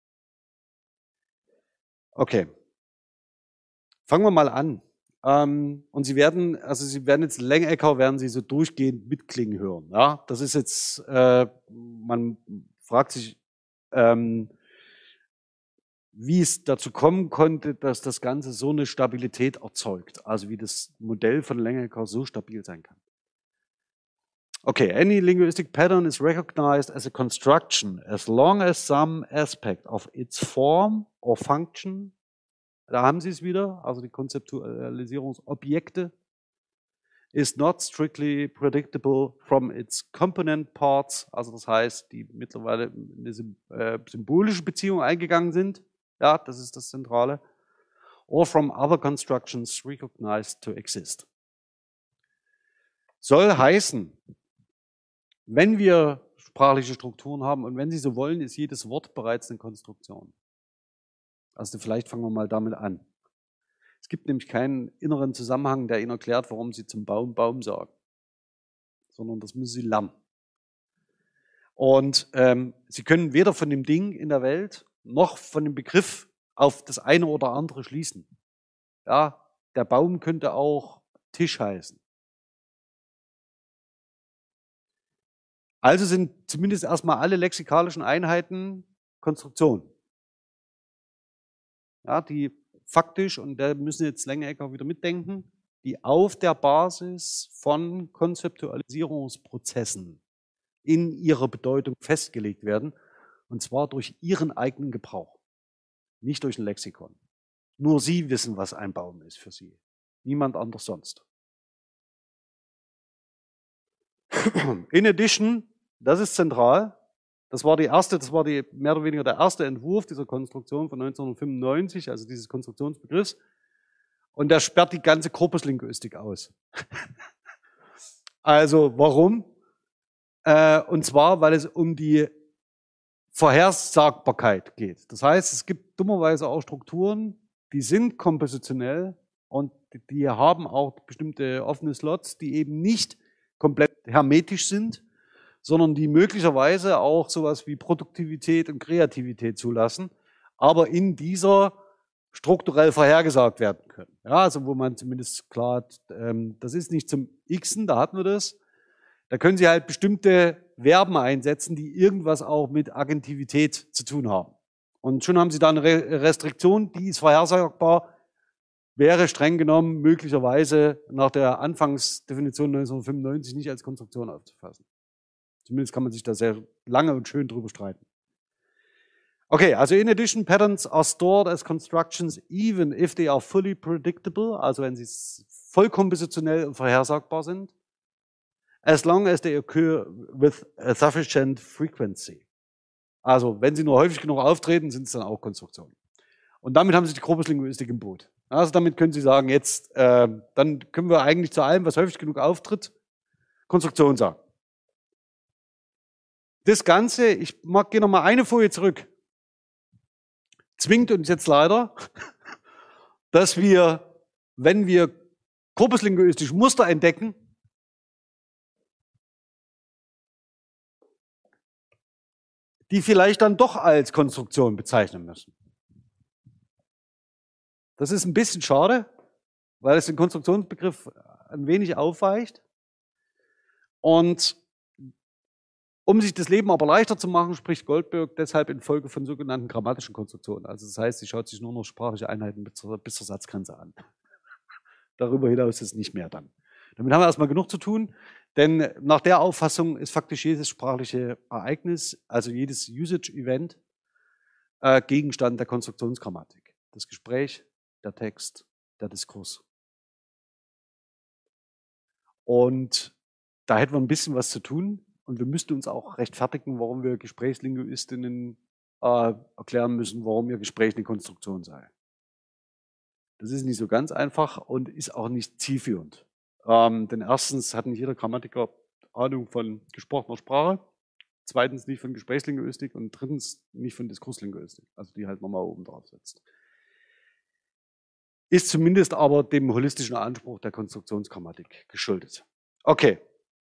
Okay. Fangen wir mal an. Ähm, und Sie werden, also Sie werden jetzt Langecker, werden Sie so durchgehend mitklingen hören. Ja, das ist jetzt, äh, man fragt sich, ähm, wie es dazu kommen konnte, dass das Ganze so eine Stabilität erzeugt. Also wie das Modell von Langecker so stabil sein kann. Okay, any linguistic pattern is recognized as a construction as long as some aspect of its form or function, da haben Sie es wieder, also die Konzeptualisierungsobjekte, is not strictly predictable from its component parts, also das heißt, die mittlerweile in eine symbolische Beziehung eingegangen sind. Ja, das ist das Zentrale. Or from other constructions recognized to exist. Soll heißen, wenn wir sprachliche Strukturen haben und wenn Sie so wollen, ist jedes Wort bereits eine Konstruktion. Also vielleicht fangen wir mal damit an. Es gibt nämlich keinen inneren Zusammenhang, der Ihnen erklärt, warum Sie zum Baum Baum sagen, sondern das müssen Sie lernen. Und ähm, Sie können weder von dem Ding in der Welt noch von dem Begriff auf das eine oder andere schließen. Ja, der Baum könnte auch Tisch heißen. Also sind zumindest erstmal alle lexikalischen Einheiten Konstruktion. Ja, die faktisch, und da müssen jetzt Langecker wieder mitdenken, die auf der Basis von Konzeptualisierungsprozessen in ihrer Bedeutung festgelegt werden, und zwar durch ihren eigenen Gebrauch, nicht durch ein Lexikon. Nur Sie wissen, was ein Baum ist für Sie, niemand anders sonst. In addition, das ist zentral, das war die erste, das war die, mehr oder weniger der erste Entwurf dieser Konstruktion von neunzehnhundertfünfundneunzig, also dieses Konstruktionsbegriffs, und der sperrt die ganze Korpuslinguistik aus. Also warum? Äh, und zwar, weil es um die Vorhersagbarkeit geht. Das heißt, es gibt dummerweise auch Strukturen, die sind kompositionell und die haben auch bestimmte offene Slots, die eben nicht komplett hermetisch sind, sondern die möglicherweise auch sowas wie Produktivität und Kreativität zulassen, aber in dieser strukturell vorhergesagt werden können. Ja, also wo man zumindest klar hat, ähm, das ist nicht zum Xen, da hatten wir das. Da können Sie halt bestimmte Verben einsetzen, die irgendwas auch mit Agentivität zu tun haben. Und schon haben Sie da eine Restriktion, die ist vorhersagbar, wäre streng genommen möglicherweise nach der Anfangsdefinition neunzehnhundertfünfundneunzig nicht als Konstruktion aufzufassen. Zumindest kann man sich da sehr lange und schön drüber streiten. Okay, also in addition, patterns are stored as constructions even if they are fully predictable, also wenn sie vollkompositionell und vorhersagbar sind, as long as they occur with a sufficient frequency. Also wenn sie nur häufig genug auftreten, sind es dann auch Konstruktionen. Und damit haben Sie die Korpuslinguistik im Boot. Also damit können Sie sagen, jetzt, äh, dann können wir eigentlich zu allem, was häufig genug auftritt, Konstruktion sagen. Das Ganze, ich mag, gehe noch mal eine Folie zurück, zwingt uns jetzt leider, dass wir, wenn wir korpuslinguistische Muster entdecken, die vielleicht dann doch als Konstruktion bezeichnen müssen. Das ist ein bisschen schade, weil es den Konstruktionsbegriff ein wenig aufweicht. Und um sich das Leben aber leichter zu machen, spricht Goldberg deshalb in Folge von sogenannten grammatischen Konstruktionen. Also das heißt, sie schaut sich nur noch sprachliche Einheiten bis zur, bis zur Satzgrenze an. Darüber hinaus ist es nicht mehr dann. Damit haben wir erstmal genug zu tun, denn nach der Auffassung ist faktisch jedes sprachliche Ereignis, also jedes Usage-Event, äh, Gegenstand der Konstruktionsgrammatik. Das Gespräch, der Text, der Diskurs. Und da hätten wir ein bisschen was zu tun. Und wir müssten uns auch rechtfertigen, warum wir Gesprächslinguistinnen äh, erklären müssen, warum ihr Gespräch eine Konstruktion sei. Das ist nicht so ganz einfach und ist auch nicht zielführend. Ähm, denn erstens hat nicht jeder Grammatiker Ahnung von gesprochener Sprache, zweitens nicht von Gesprächslinguistik und drittens nicht von Diskurslinguistik, also die halt nochmal oben drauf setzt. Ist zumindest aber dem holistischen Anspruch der Konstruktionsgrammatik geschuldet. Okay.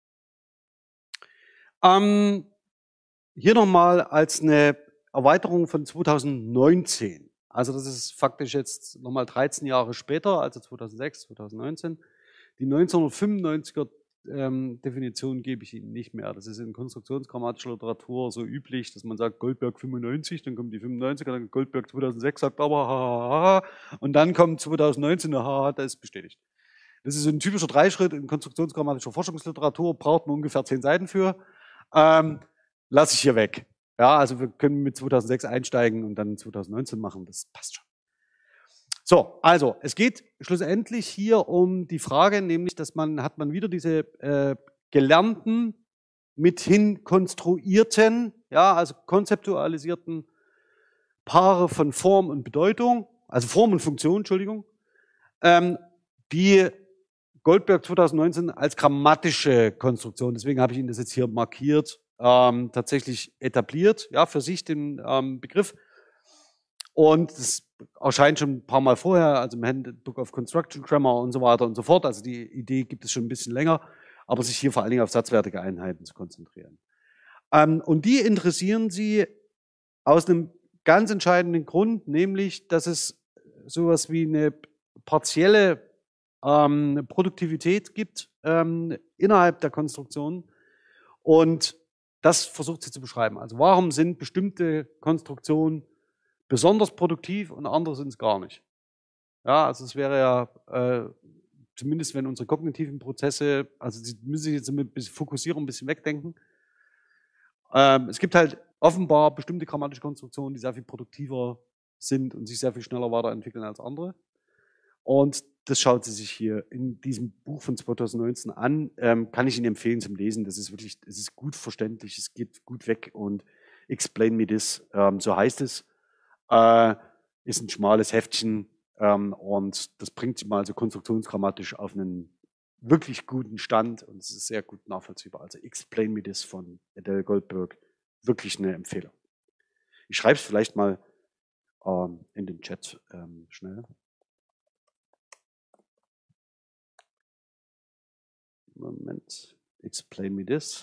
Ähm, hier nochmal als eine Erweiterung von zweitausendneunzehn. Also das ist faktisch jetzt nochmal dreizehn Jahre später, also zweitausendsechs, zweitausendneunzehn. Die neunzehnhundertfünfundneunziger ähm, Definition gebe ich Ihnen nicht mehr. Das ist in konstruktionsgrammatischer Literatur so üblich, dass man sagt Goldberg fünfundneunzig, dann kommt die fünfundneunziger, dann Goldberg zweitausendsechs, sagt aber hahaha, und dann kommt zweitausendneunzehn, haha, das ist bestätigt. Das ist ein typischer Dreischritt in konstruktionsgrammatischer Forschungsliteratur, braucht man ungefähr zehn Seiten für. Ähm, lasse ich hier weg. Ja, also wir können mit zweitausendsechs einsteigen und dann zweitausendneunzehn machen, das passt schon. So, also es geht schlussendlich hier um die Frage, nämlich, dass man, hat man wieder diese äh, gelernten, mithin konstruierten, ja, also konzeptualisierten Paare von Form und Bedeutung, also Form und Funktion, Entschuldigung, ähm, die Goldberg zweitausendneunzehn als grammatische Konstruktion, deswegen habe ich Ihnen das jetzt hier markiert, ähm, tatsächlich etabliert, ja, für sich den ähm, Begriff. Und das erscheint schon ein paar Mal vorher, also im Handbook of Construction Grammar und so weiter und so fort. Also die Idee gibt es schon ein bisschen länger, aber sich hier vor allen Dingen auf satzwertige Einheiten zu konzentrieren. Ähm, und die interessieren Sie aus einem ganz entscheidenden Grund, nämlich, dass es sowas wie eine partielle ähm, Produktivität gibt ähm, innerhalb der Konstruktion. Und das versucht sie zu beschreiben. Also warum sind bestimmte Konstruktionen besonders produktiv und andere sind es gar nicht? Ja, also es wäre ja, äh, zumindest wenn unsere kognitiven Prozesse, also Sie müssen sich jetzt ein bisschen fokussieren, ein bisschen wegdenken. Ähm, es gibt halt offenbar bestimmte grammatische Konstruktionen, die sehr viel produktiver sind und sich sehr viel schneller weiterentwickeln als andere. Und das schaut sie sich hier in diesem Buch von zweitausendneunzehn an. Ähm, kann ich Ihnen empfehlen zum Lesen. Das ist wirklich, es ist gut verständlich, es geht gut weg und Explain Me This, ähm, so heißt es. Äh, ist ein schmales Heftchen ähm, und das bringt Sie mal so konstruktionsgrammatisch auf einen wirklich guten Stand und es ist sehr gut nachvollziehbar. Also Explain Me This von Adele Goldberg, wirklich eine Empfehlung. Ich schreibe es vielleicht mal ähm, in den Chat ähm, schnell. Moment, Explain Me This.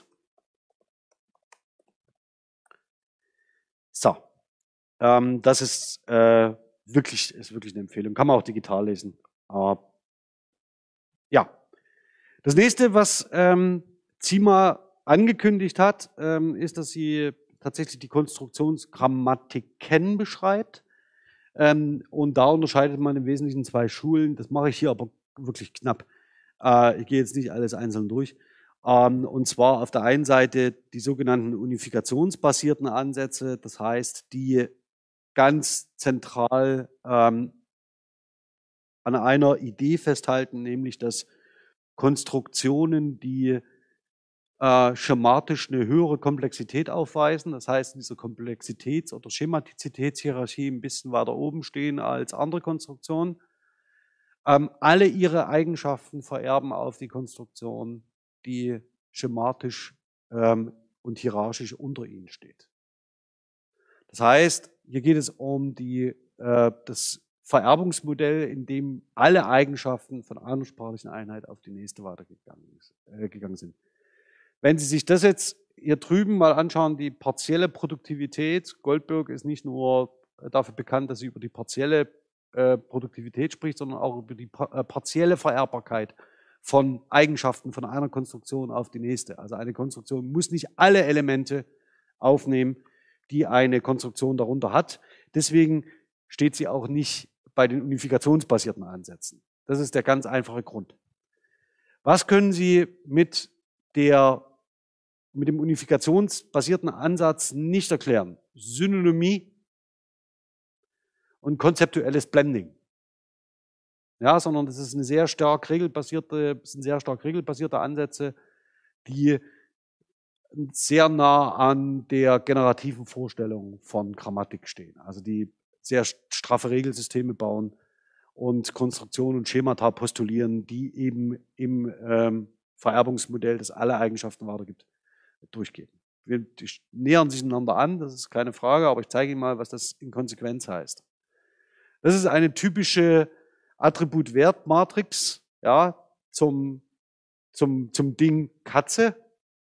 So, ähm, das ist, äh, wirklich, ist wirklich eine Empfehlung. Kann man auch digital lesen. Aber ja, das nächste, was ähm, Zima angekündigt hat, ähm, ist, dass sie tatsächlich die Konstruktionsgrammatiken beschreibt. Ähm, und da unterscheidet man im Wesentlichen zwei Schulen. Das mache ich hier aber wirklich knapp. Äh, ich gehe jetzt nicht alles einzeln durch. Ähm, und zwar auf der einen Seite die sogenannten unifikationsbasierten Ansätze, das heißt, die ganz zentral ähm, an einer Idee festhalten, nämlich dass Konstruktionen, die äh, schematisch eine höhere Komplexität aufweisen, das heißt in dieser Komplexitäts- oder Schematizitätshierarchie ein bisschen weiter oben stehen als andere Konstruktionen, ähm, alle ihre Eigenschaften vererben auf die Konstruktion, die schematisch ähm, und hierarchisch unter ihnen steht. Das heißt, hier geht es um die, äh, das Vererbungsmodell, in dem alle Eigenschaften von einer sprachlichen Einheit auf die nächste weitergegangen äh, gegangen sind. Wenn Sie sich das jetzt hier drüben mal anschauen, die partielle Produktivität, Goldberg ist nicht nur dafür bekannt, dass sie über die partielle äh, Produktivität spricht, sondern auch über die pa äh, partielle Vererbbarkeit von Eigenschaften von einer Konstruktion auf die nächste. Also eine Konstruktion muss nicht alle Elemente aufnehmen, die eine Konstruktion darunter hat. Deswegen steht sie auch nicht bei den unifikationsbasierten Ansätzen. Das ist der ganz einfache Grund. Was können Sie mit der, mit dem unifikationsbasierten Ansatz nicht erklären? Synonymie und konzeptuelles Blending. Ja, sondern das ist eine sehr stark regelbasierte, sind sehr stark regelbasierte Ansätze, die sehr nah an der generativen Vorstellung von Grammatik stehen. Also die sehr straffe Regelsysteme bauen und Konstruktionen und Schemata postulieren, die eben im ähm, Vererbungsmodell, das alle Eigenschaften weitergibt, durchgehen. Wir nähern sich einander an, das ist keine Frage, aber ich zeige Ihnen mal, was das in Konsequenz heißt. Das ist eine typische Attribut-Wert-Matrix, ja, zum, zum, zum Ding Katze.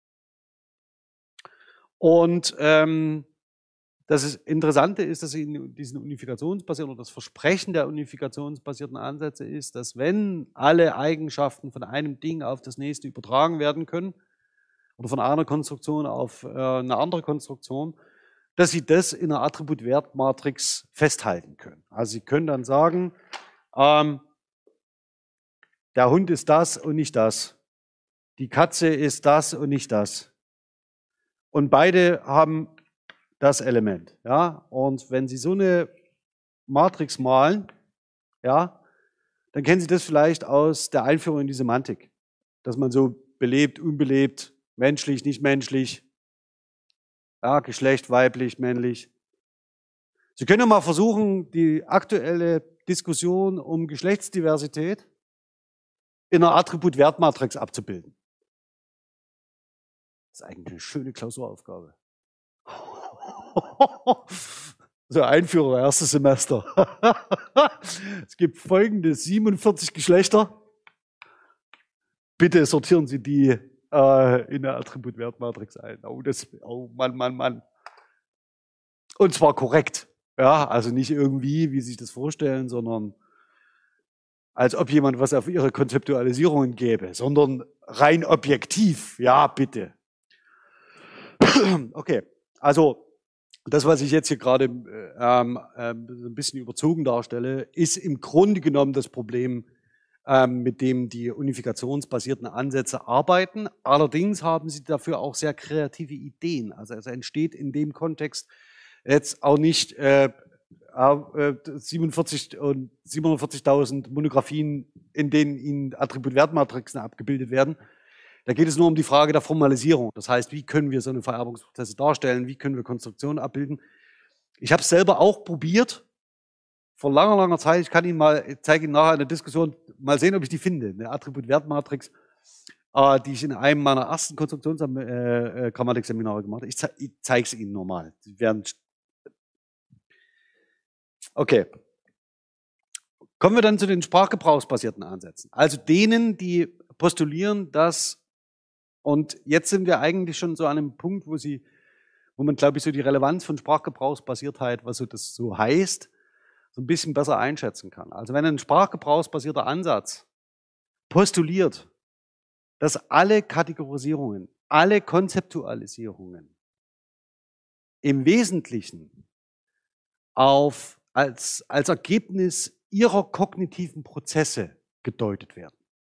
Und ähm, das ist, Interessante ist, dass in diesen unifikationsbasierten oder das Versprechen der unifikationsbasierten Ansätze ist, dass wenn alle Eigenschaften von einem Ding auf das nächste übertragen werden können oder von einer Konstruktion auf äh, eine andere Konstruktion, dass Sie das in einer Attribut-Wert-Matrix festhalten können. Also Sie können dann sagen, ähm, der Hund ist das und nicht das. Die Katze ist das und nicht das. Und beide haben das Element. Ja? Und wenn Sie so eine Matrix malen, ja, dann kennen Sie das vielleicht aus der Einführung in die Semantik. Dass man so belebt, unbelebt, menschlich, nicht menschlich, ja, Geschlecht, weiblich, männlich. Sie können ja mal versuchen, die aktuelle Diskussion um Geschlechtsdiversität in einer Attribut-Wert-Matrix abzubilden. Das ist eigentlich eine schöne Klausuraufgabe. So, Einführung, erstes Semester. Es gibt folgende siebenundvierzig Geschlechter. Bitte sortieren Sie die äh, in der Attribut-Wert-Matrix ein. Oh, das, oh Mann, Mann, Mann. Und zwar korrekt. Ja, also nicht irgendwie, wie Sie sich das vorstellen, sondern als ob jemand was auf Ihre Konzeptualisierungen gäbe, sondern rein objektiv. Ja, bitte. Okay, also das, was ich jetzt hier gerade ähm, äh, ein bisschen überzogen darstelle, ist im Grunde genommen das Problem, ähm, mit dem die unifikationsbasierten Ansätze arbeiten. Allerdings haben sie dafür auch sehr kreative Ideen. Also es entsteht in dem Kontext jetzt auch nicht äh, siebenundvierzig und siebenundvierzigtausend Monographien, in denen Ihnen Attribut-Wert-Matrixen abgebildet werden. Da geht es nur um die Frage der Formalisierung. Das heißt, wie können wir so eine Vererbungsprozesse darstellen? Wie können wir Konstruktionen abbilden? Ich habe es selber auch probiert, vor langer, langer Zeit. Ich kann Ihnen mal, ich zeige Ihnen nachher in der Diskussion, mal sehen, ob ich die finde. Eine Attribut-Wert-Matrix, äh, die ich in einem meiner ersten Konstruktionsgrammatik-Seminare gemacht habe. Ich, ze ich zeige es Ihnen normal. Sie werden okay. Kommen wir dann zu den sprachgebrauchsbasierten Ansätzen. Also denen, die postulieren, dass, und jetzt sind wir eigentlich schon so an einem Punkt, wo sie, wo man, glaube ich, so die Relevanz von Sprachgebrauchsbasiertheit, was so das so heißt, so ein bisschen besser einschätzen kann. Also wenn ein sprachgebrauchsbasierter Ansatz postuliert, dass alle Kategorisierungen, alle Konzeptualisierungen im Wesentlichen auf, als, als Ergebnis ihrer kognitiven Prozesse gedeutet werden,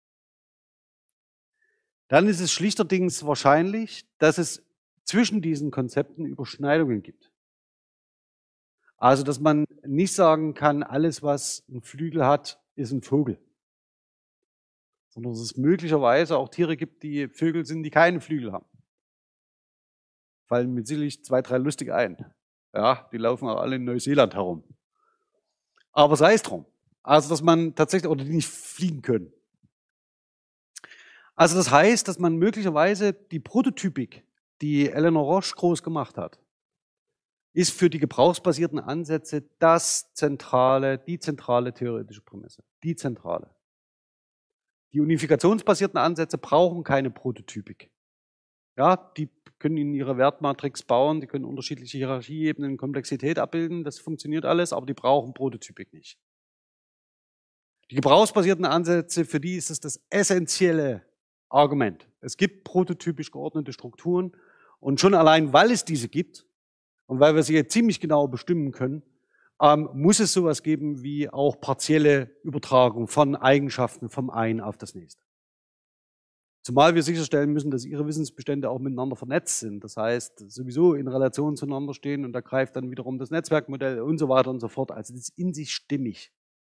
dann ist es schlichterdings wahrscheinlich, dass es zwischen diesen Konzepten Überschneidungen gibt. Also, dass man nicht sagen kann, alles, was einen Flügel hat, ist ein Vogel. Sondern dass es möglicherweise auch Tiere gibt, die Vögel sind, die keine Flügel haben. Fallen mir sicherlich zwei, drei lustig ein. Ja, die laufen auch alle in Neuseeland herum. Aber sei es drum. Also, dass man tatsächlich, oder die nicht fliegen können. Also, das heißt, dass man möglicherweise die Prototypik, die Eleanor Roche groß gemacht hat, ist für die gebrauchsbasierten Ansätze das zentrale, die zentrale theoretische Prämisse. Die zentrale. Die unifikationsbasierten Ansätze brauchen keine Prototypik. Ja, die können in ihrer Wertmatrix bauen, die können unterschiedliche Hierarchieebenen, Komplexität abbilden, das funktioniert alles, aber die brauchen Prototypik nicht. Die gebrauchsbasierten Ansätze, für die ist es das essentielle Argument. Es gibt prototypisch geordnete Strukturen und schon allein, weil es diese gibt und weil wir sie jetzt ziemlich genau bestimmen können, ähm, muss es sowas geben wie auch partielle Übertragung von Eigenschaften vom einen auf das nächste. Zumal wir sicherstellen müssen, dass ihre Wissensbestände auch miteinander vernetzt sind. Das heißt, sowieso in Relation zueinander stehen und da greift dann wiederum das Netzwerkmodell und so weiter und so fort. Also das ist in sich stimmig.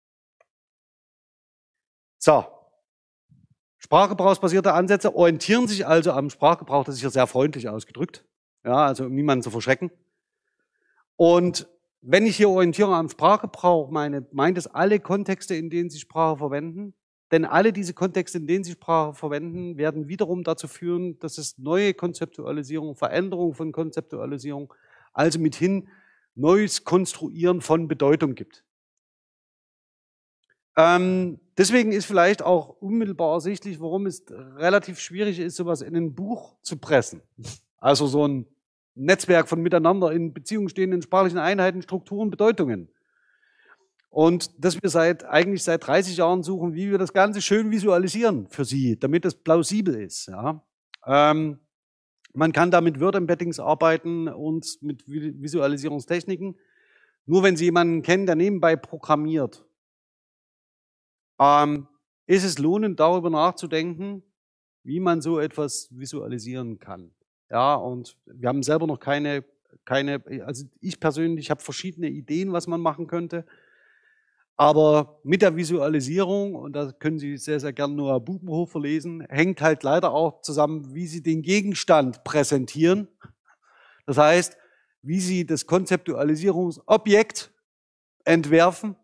So. Sprachgebrauchsbasierte Ansätze orientieren sich also am Sprachgebrauch, das ist hier sehr freundlich ausgedrückt. Ja, also um niemanden zu verschrecken. Und wenn ich hier orientiere am Sprachgebrauch meine, meint es alle Kontexte, in denen Sie Sprache verwenden. Denn alle diese Kontexte, in denen Sie Sprache verwenden, werden wiederum dazu führen, dass es neue Konzeptualisierung, Veränderung von Konzeptualisierung, also mithin neues Konstruieren von Bedeutung gibt. Ähm, deswegen ist vielleicht auch unmittelbar ersichtlich, warum es relativ schwierig ist, sowas in ein Buch zu pressen. Also so ein Netzwerk von miteinander in Beziehung stehenden sprachlichen Einheiten, Strukturen, Bedeutungen. Und dass wir seit, eigentlich seit dreißig Jahren suchen, wie wir das Ganze schön visualisieren für Sie, damit es plausibel ist. Ja. Ähm, man kann da mit Word-Embeddings arbeiten und mit Visualisierungstechniken. Nur wenn Sie jemanden kennen, der nebenbei programmiert, ähm, ist es lohnend, darüber nachzudenken, wie man so etwas visualisieren kann. Ja, und wir haben selber noch keine, keine also ich persönlich habe verschiedene Ideen, was man machen könnte. Aber mit der Visualisierung, und da können Sie sehr, sehr gerne Noah Bubenhofer lesen, hängt halt leider auch zusammen, wie Sie den Gegenstand präsentieren. Das heißt, wie Sie das Konzeptualisierungsobjekt entwerfen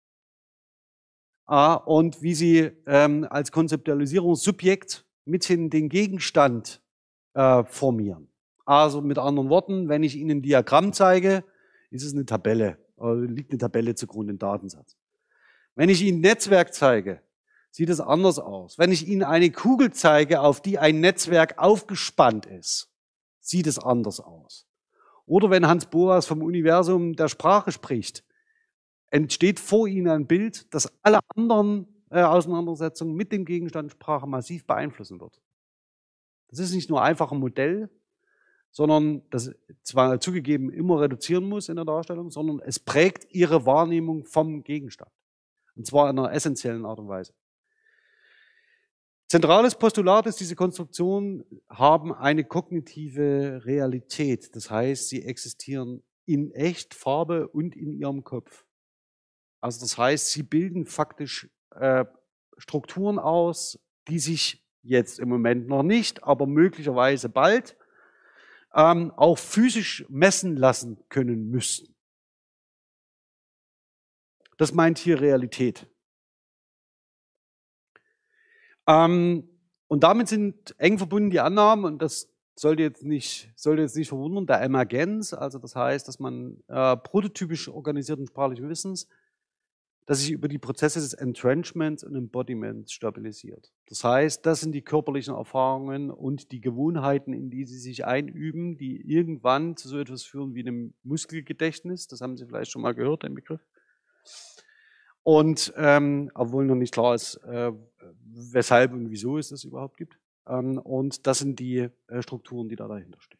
äh, und wie Sie ähm, als Konzeptualisierungssubjekt mithin den Gegenstand äh, formieren. Also mit anderen Worten, wenn ich Ihnen ein Diagramm zeige, ist es eine Tabelle, oder liegt eine Tabelle zugrunde im Datensatz. Wenn ich Ihnen ein Netzwerk zeige, sieht es anders aus. Wenn ich Ihnen eine Kugel zeige, auf die ein Netzwerk aufgespannt ist, sieht es anders aus. Oder wenn Hans Boas vom Universum der Sprache spricht, entsteht vor Ihnen ein Bild, das alle anderen äh, Auseinandersetzungen mit dem Gegenstand Sprache massiv beeinflussen wird. Das ist nicht nur einfach ein Modell, sondern das zwar zugegeben immer reduzieren muss in der Darstellung, sondern es prägt Ihre Wahrnehmung vom Gegenstand. Und zwar in einer essentiellen Art und Weise. Zentrales Postulat ist, diese Konstruktionen haben eine kognitive Realität. Das heißt, sie existieren in echt, Farbe und in ihrem Kopf. Also das heißt, sie bilden faktisch äh, Strukturen aus, die sich jetzt im Moment noch nicht, aber möglicherweise bald ähm, auch physisch messen lassen können müssen. Das meint hier Realität. Ähm, und damit sind eng verbunden die Annahmen, und das sollte jetzt nicht, sollte jetzt nicht verwundern, der Emergenz, also das heißt, dass man äh, prototypisch organisierten sprachlichen Wissens, dass sich über die Prozesse des Entrenchments und Embodiments stabilisiert. Das heißt, das sind die körperlichen Erfahrungen und die Gewohnheiten, in die sie sich einüben, die irgendwann zu so etwas führen wie einem Muskelgedächtnis. Das haben Sie vielleicht schon mal gehört, den Begriff. Und ähm, obwohl noch nicht klar ist, äh, weshalb und wieso es das überhaupt gibt. Ähm, und das sind die äh, Strukturen, die da dahinter stehen.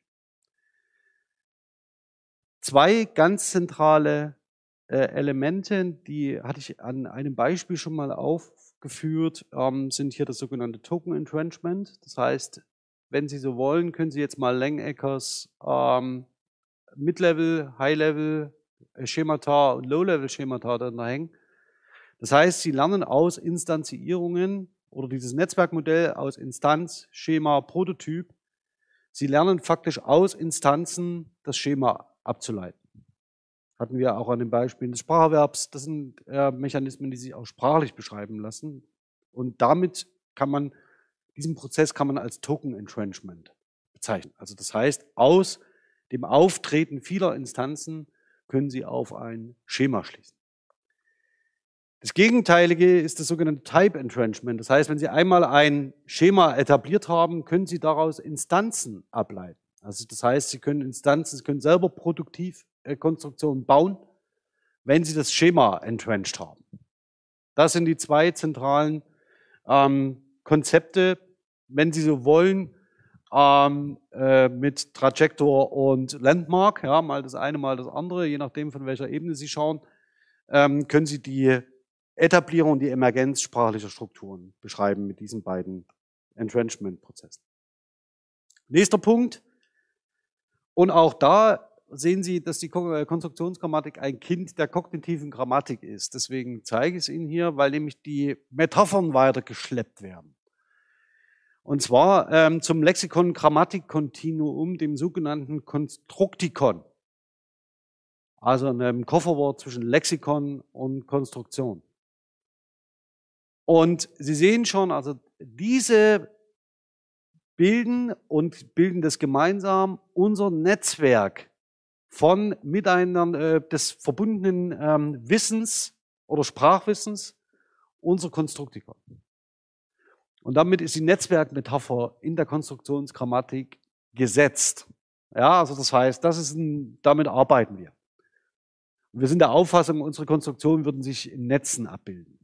Zwei ganz zentrale äh, Elemente, die hatte ich an einem Beispiel schon mal aufgeführt, ähm, sind hier das sogenannte Token Entrenchment. Das heißt, wenn Sie so wollen, können Sie jetzt mal Langeckers ähm, Mid-Level, High-Level, Schemata und Low-Level-Schemata da hängen. Das heißt, Sie lernen aus Instanzierungen oder dieses Netzwerkmodell aus Instanz, Schema, Prototyp. Sie lernen faktisch aus Instanzen das Schema abzuleiten. Hatten wir auch an den Beispielen des Spracherwerbs. Das sind äh, Mechanismen, die sich auch sprachlich beschreiben lassen. Und damit kann man, diesen Prozess kann man als Token Entrenchment bezeichnen. Also das heißt, aus dem Auftreten vieler Instanzen können Sie auf ein Schema schließen. Das Gegenteilige ist das sogenannte Type Entrenchment. Das heißt, wenn Sie einmal ein Schema etabliert haben, können Sie daraus Instanzen ableiten. Also das heißt, Sie können Instanzen, Sie können selber produktiv äh, Konstruktionen bauen, wenn Sie das Schema entrenched haben. Das sind die zwei zentralen ähm, Konzepte, wenn Sie so wollen, ähm, äh, mit Trajector und Landmark, ja, mal das eine, mal das andere, je nachdem, von welcher Ebene Sie schauen, ähm, können Sie die Etablierung und die Emergenz sprachlicher Strukturen beschreiben mit diesen beiden Entrenchment-Prozessen. Nächster Punkt. Und auch da sehen Sie, dass die Konstruktionsgrammatik ein Kind der kognitiven Grammatik ist. Deswegen zeige ich es Ihnen hier, weil nämlich die Metaphern weitergeschleppt werden. Und zwar ähm, zum Lexikon-Grammatik-Kontinuum, dem sogenannten Konstruktikon. Also einem Kofferwort zwischen Lexikon und Konstruktion. Und Sie sehen schon, also diese bilden und bilden das gemeinsam unser Netzwerk von miteinander äh, des verbundenen ähm, Wissens oder Sprachwissens, unser Konstruktikon. Und damit ist die Netzwerkmetapher in der Konstruktionsgrammatik gesetzt. Ja, also das heißt, das ist ein, damit arbeiten wir. Und wir sind der Auffassung, unsere Konstruktionen würden sich in Netzen abbilden.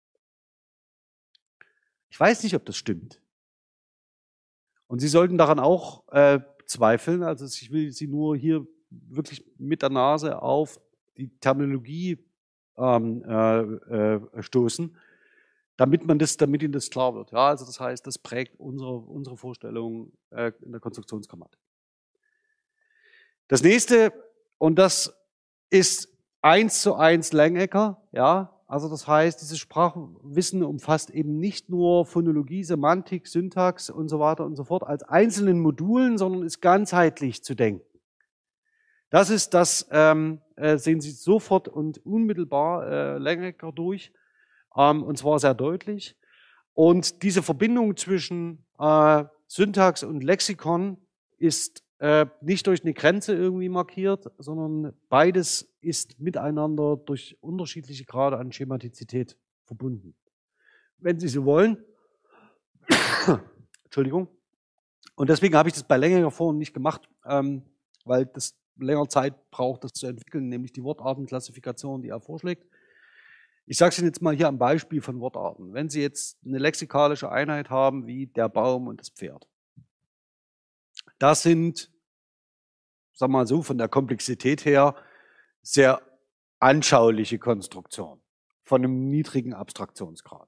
Ich weiß nicht, ob das stimmt. Und Sie sollten daran auch äh, zweifeln. Also ich will Sie nur hier wirklich mit der Nase auf die Terminologie ähm, äh, äh, stoßen, damit man das, damit Ihnen das klar wird. Ja, also das heißt, das prägt unsere, unsere Vorstellung äh, in der Konstruktionsgrammatik. Das nächste, und das ist eins zu eins Langecker, ja, also das heißt, dieses Sprachwissen umfasst eben nicht nur Phonologie, Semantik, Syntax und so weiter und so fort als einzelnen Modulen, sondern ist ganzheitlich zu denken. Das ist das, ähm, äh, sehen Sie sofort und unmittelbar äh, Langecker durch, ähm, und zwar sehr deutlich. Und diese Verbindung zwischen äh, Syntax und Lexikon ist äh, nicht durch eine Grenze irgendwie markiert, sondern beides ist miteinander durch unterschiedliche Grade an Schematizität verbunden. Wenn Sie so wollen, Entschuldigung, und deswegen habe ich das bei längerer Form nicht gemacht, ähm, weil das länger Zeit braucht, das zu entwickeln, nämlich die Wortartenklassifikation, die er vorschlägt. Ich sage es Ihnen jetzt mal hier am Beispiel von Wortarten. Wenn Sie jetzt eine lexikalische Einheit haben wie der Baum und das Pferd, das sind, sagen wir mal so, von der Komplexität her sehr anschauliche Konstruktionen von einem niedrigen Abstraktionsgrad.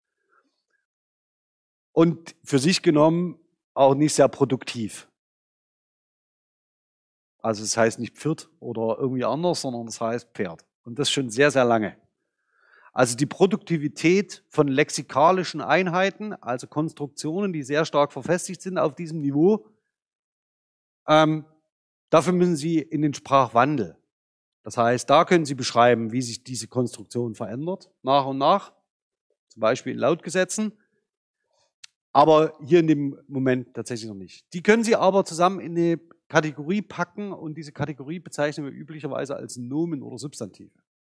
Und für sich genommen auch nicht sehr produktiv. Also es heißt nicht Pferd oder irgendwie anders, sondern es heißt Pferd. Und das schon sehr, sehr lange. Also die Produktivität von lexikalischen Einheiten, also Konstruktionen, die sehr stark verfestigt sind auf diesem Niveau, ähm, dafür müssen Sie in den Sprachwandel. Das heißt, da können Sie beschreiben, wie sich diese Konstruktion verändert, nach und nach, zum Beispiel in Lautgesetzen, aber hier in dem Moment tatsächlich noch nicht. Die können Sie aber zusammen in eine Kategorie packen und diese Kategorie bezeichnen wir üblicherweise als Nomen oder Substantive.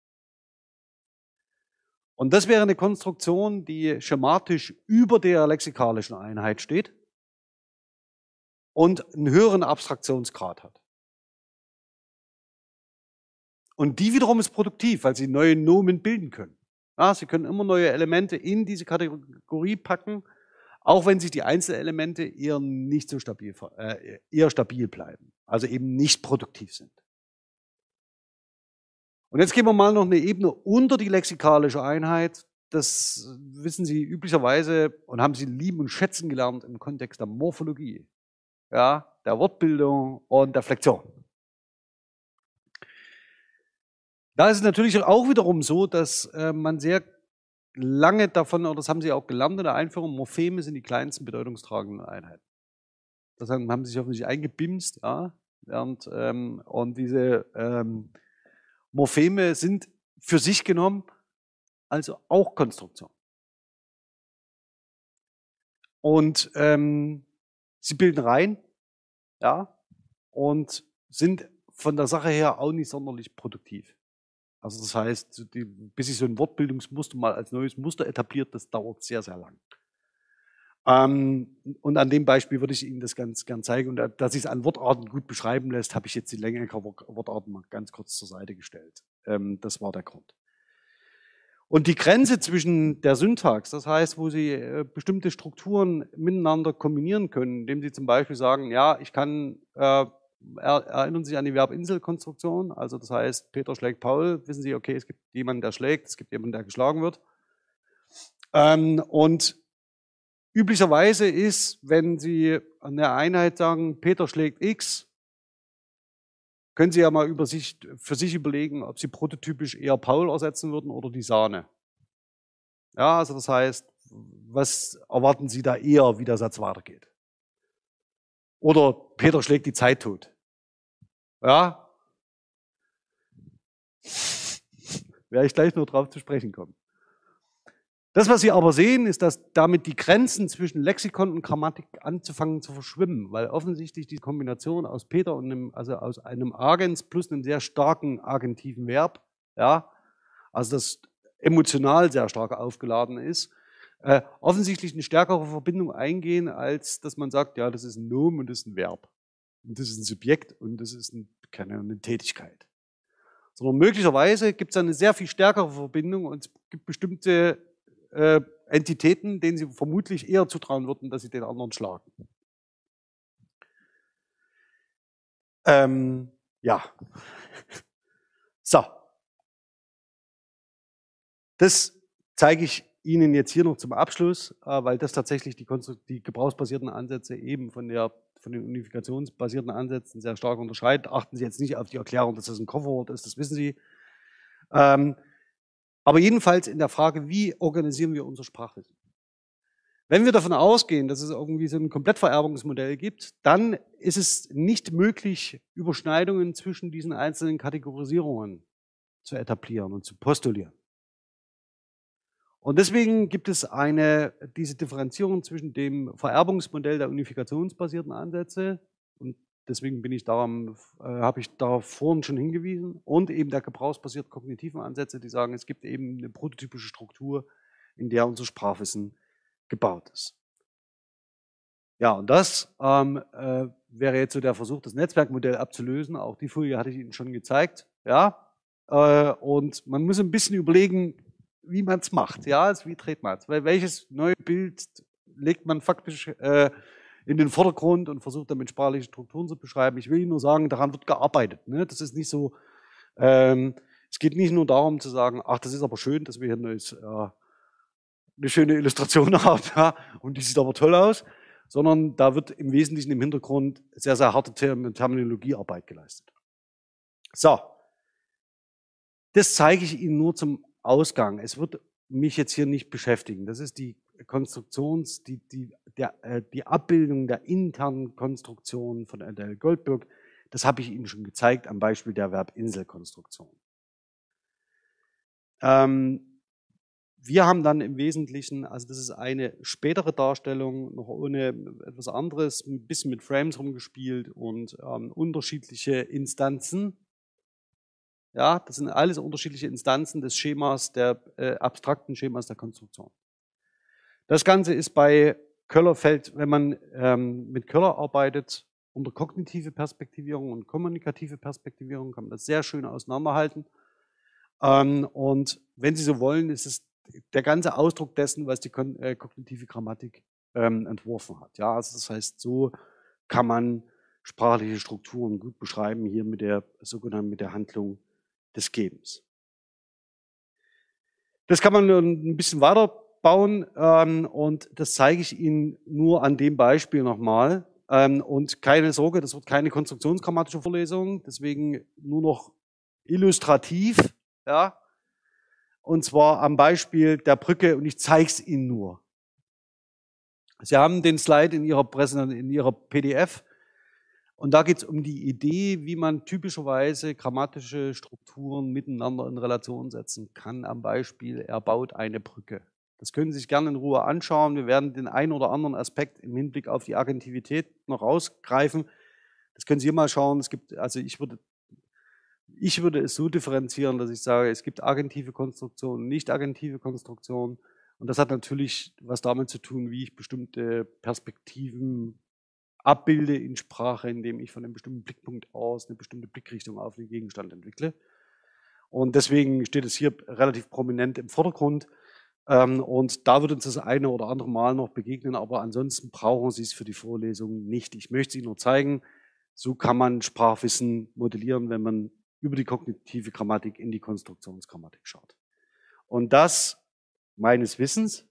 Und das wäre eine Konstruktion, die schematisch über der lexikalischen Einheit steht und einen höheren Abstraktionsgrad hat. Und die wiederum ist produktiv, weil sie neue Nomen bilden können. Ja, sie können immer neue Elemente in diese Kategorie packen, auch wenn sich die Einzelelemente eher nicht so stabil, äh, eher stabil bleiben, also eben nicht produktiv sind. Und jetzt gehen wir mal noch eine Ebene unter die lexikalische Einheit. Das wissen Sie üblicherweise und haben Sie lieben und schätzen gelernt im Kontext der Morphologie, ja, der Wortbildung und der Flexion. Da ist es natürlich auch wiederum so, dass äh, man sehr lange davon, oder das haben Sie auch gelernt in der Einführung, Morpheme sind die kleinsten bedeutungstragenden Einheiten. Das haben, haben sie sich offensichtlich eingebimst, ja, während, ähm, und diese ähm, Morpheme sind für sich genommen also auch Konstruktion. Und ähm, sie bilden Reihen, ja, und sind von der Sache her auch nicht sonderlich produktiv. Also das heißt, die, bis sich so ein Wortbildungsmuster mal als neues Muster etabliert, das dauert sehr, sehr lang. Ähm, und an dem Beispiel würde ich Ihnen das ganz gern zeigen. Und dass sich es an Wortarten gut beschreiben lässt, habe ich jetzt die Längecker Wortarten mal ganz kurz zur Seite gestellt. Ähm, das war der Grund. Und die Grenze zwischen der Syntax, das heißt, wo Sie äh, bestimmte Strukturen miteinander kombinieren können, indem Sie zum Beispiel sagen, ja, ich kann, äh, er, erinnern Sie sich an die Verb-Insel-Konstruktion, also das heißt, Peter schlägt Paul, wissen Sie, okay, es gibt jemanden, der schlägt, es gibt jemanden, der geschlagen wird. Ähm, und üblicherweise ist, wenn Sie an der Einheit sagen, Peter schlägt X, können Sie ja mal über sich, für sich überlegen, ob Sie prototypisch eher Paul ersetzen würden oder die Sahne. Ja, also das heißt, was erwarten Sie da eher, wie der Satz weitergeht? Oder Peter schlägt die Zeit tot. Ja? Werde ich gleich nur drauf zu sprechen kommen. Das, was Sie aber sehen, ist, dass damit die Grenzen zwischen Lexikon und Grammatik anzufangen zu verschwimmen, weil offensichtlich die Kombination aus Peter und einem, also aus einem Agens plus einem sehr starken agentiven Verb, ja, also das emotional sehr stark aufgeladen ist, äh, offensichtlich eine stärkere Verbindung eingehen, als dass man sagt, ja, das ist ein Nomen und das ist ein Verb. Und das ist ein Subjekt und das ist ein, keine eine Tätigkeit. Sondern möglicherweise gibt es eine sehr viel stärkere Verbindung und es gibt bestimmte Äh, Entitäten, denen Sie vermutlich eher zutrauen würden, dass sie den anderen schlagen. Ähm, ja. So. Das zeige ich Ihnen jetzt hier noch zum Abschluss, äh, weil das tatsächlich die, die gebrauchsbasierten Ansätze eben von, der, von den unifikationsbasierten Ansätzen sehr stark unterscheiden. Achten Sie jetzt nicht auf die Erklärung, dass das ein Kofferwort ist, das wissen Sie. Ähm, Aber jedenfalls in der Frage, wie organisieren wir unser Sprachwissen? Wenn wir davon ausgehen, dass es irgendwie so ein Komplettvererbungsmodell gibt, dann ist es nicht möglich, Überschneidungen zwischen diesen einzelnen Kategorisierungen zu etablieren und zu postulieren. Und deswegen gibt es eine, diese Differenzierung zwischen dem Vererbungsmodell der unifikationsbasierten Ansätze, und deswegen bin ich daran, äh, habe ich darauf vorhin schon hingewiesen, und eben der gebrauchsbasierten kognitiven Ansätze, die sagen, es gibt eben eine prototypische Struktur, in der unser Sprachwissen gebaut ist. Ja, und das ähm, äh, wäre jetzt so der Versuch, das Netzwerkmodell abzulösen. Auch die Folie hatte ich Ihnen schon gezeigt. Ja, äh, und man muss ein bisschen überlegen, wie man es macht. Ja, also wie dreht man es? Weil welches neue Bild legt man faktisch äh, in den Vordergrund und versucht damit sprachliche Strukturen zu beschreiben. Ich will Ihnen nur sagen, daran wird gearbeitet. Ne? Das ist nicht so, ähm, es geht nicht nur darum zu sagen, ach, das ist aber schön, dass wir hier ein neues, äh, eine schöne Illustration haben, ja, und die sieht aber toll aus, sondern da wird im Wesentlichen im Hintergrund sehr, sehr harte Term Terminologiearbeit geleistet. So, das zeige ich Ihnen nur zum Ausgang. Es wird mich jetzt hier nicht beschäftigen. Das ist die Konstruktions, die, die, der, äh, die Abbildung der internen Konstruktion von Adele Goldberg. Das habe ich Ihnen schon gezeigt am Beispiel der Verb-Insel-Konstruktion. Ähm, wir haben dann im Wesentlichen, also das ist eine spätere Darstellung, noch ohne etwas anderes, ein bisschen mit Frames rumgespielt und ähm, unterschiedliche Instanzen. Ja, das sind alles unterschiedliche Instanzen des Schemas, der äh, abstrakten Schemas der Konstruktion. Das Ganze ist bei Köller fällt, wenn man ähm, mit Köller arbeitet, unter kognitive Perspektivierung und kommunikative Perspektivierung, kann man das sehr schön auseinanderhalten. Ähm, und wenn Sie so wollen, ist es der ganze Ausdruck dessen, was die äh, kognitive Grammatik ähm, entworfen hat. Ja, also das heißt, so kann man sprachliche Strukturen gut beschreiben, hier mit der sogenannten mit der Handlung des Gebens. Das kann man ein bisschen weiterbauen ähm, und das zeige ich Ihnen nur an dem Beispiel nochmal. Ähm, und keine Sorge, das wird keine konstruktionsgrammatische Vorlesung, deswegen nur noch illustrativ. Ja? Und zwar am Beispiel der Brücke, und ich zeige es Ihnen nur. Sie haben den Slide in Ihrer Präsentation, in Ihrer P D F, und da geht es um die Idee, wie man typischerweise grammatische Strukturen miteinander in Relation setzen kann. Am Beispiel, er baut eine Brücke. Das können Sie sich gerne in Ruhe anschauen. Wir werden den einen oder anderen Aspekt im Hinblick auf die Agentivität noch rausgreifen. Das können Sie hier mal schauen. Es gibt, also ich würde, ich würde es so differenzieren, dass ich sage, es gibt agentive Konstruktionen, nicht agentive Konstruktionen. Und das hat natürlich was damit zu tun, wie ich bestimmte Perspektiven abbilde in Sprache, indem ich von einem bestimmten Blickpunkt aus eine bestimmte Blickrichtung auf den Gegenstand entwickle. Und deswegen steht es hier relativ prominent im Vordergrund. Und da wird uns das eine oder andere Mal noch begegnen, aber ansonsten brauchen Sie es für die Vorlesung nicht. Ich möchte Ihnen nur zeigen, so kann man Sprachwissen modellieren, wenn man über die kognitive Grammatik in die Konstruktionsgrammatik schaut. Und das meines Wissens,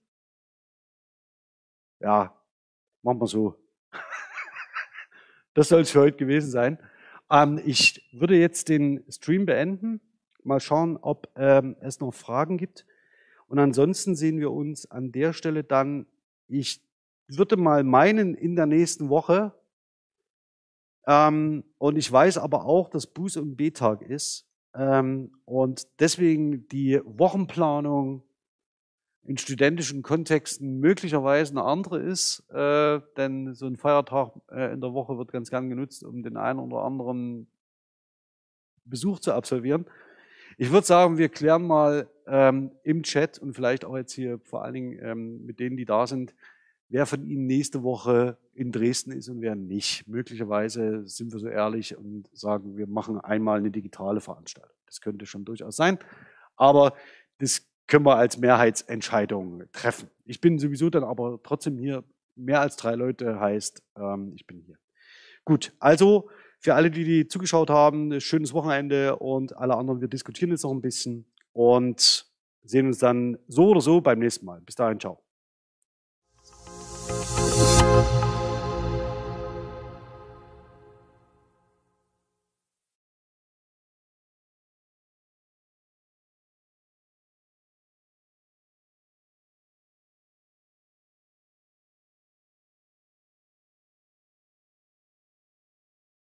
ja, machen wir so. Das soll es für heute gewesen sein. Ähm, ich würde jetzt den Stream beenden, mal schauen, ob ähm, es noch Fragen gibt. Und ansonsten sehen wir uns an der Stelle dann, ich würde mal meinen, in der nächsten Woche. Ähm, und ich weiß aber auch, dass Buß- und B-Tag ist. Ähm, und deswegen die Wochenplanung in studentischen Kontexten möglicherweise eine andere ist, äh, denn so ein Feiertag äh, in der Woche wird ganz gern genutzt, um den einen oder anderen Besuch zu absolvieren. Ich würde sagen, wir klären mal ähm, im Chat und vielleicht auch jetzt hier vor allen Dingen ähm, mit denen, die da sind, wer von Ihnen nächste Woche in Dresden ist und wer nicht. Möglicherweise sind wir so ehrlich und sagen, wir machen einmal eine digitale Veranstaltung. Das könnte schon durchaus sein, aber das können wir als Mehrheitsentscheidung treffen. Ich bin sowieso dann aber trotzdem hier. Mehr als drei Leute heißt, ähm, ich bin hier. Gut, also für alle, die, die zugeschaut haben, schönes Wochenende, und alle anderen, wir diskutieren jetzt noch ein bisschen und sehen uns dann so oder so beim nächsten Mal. Bis dahin, ciao.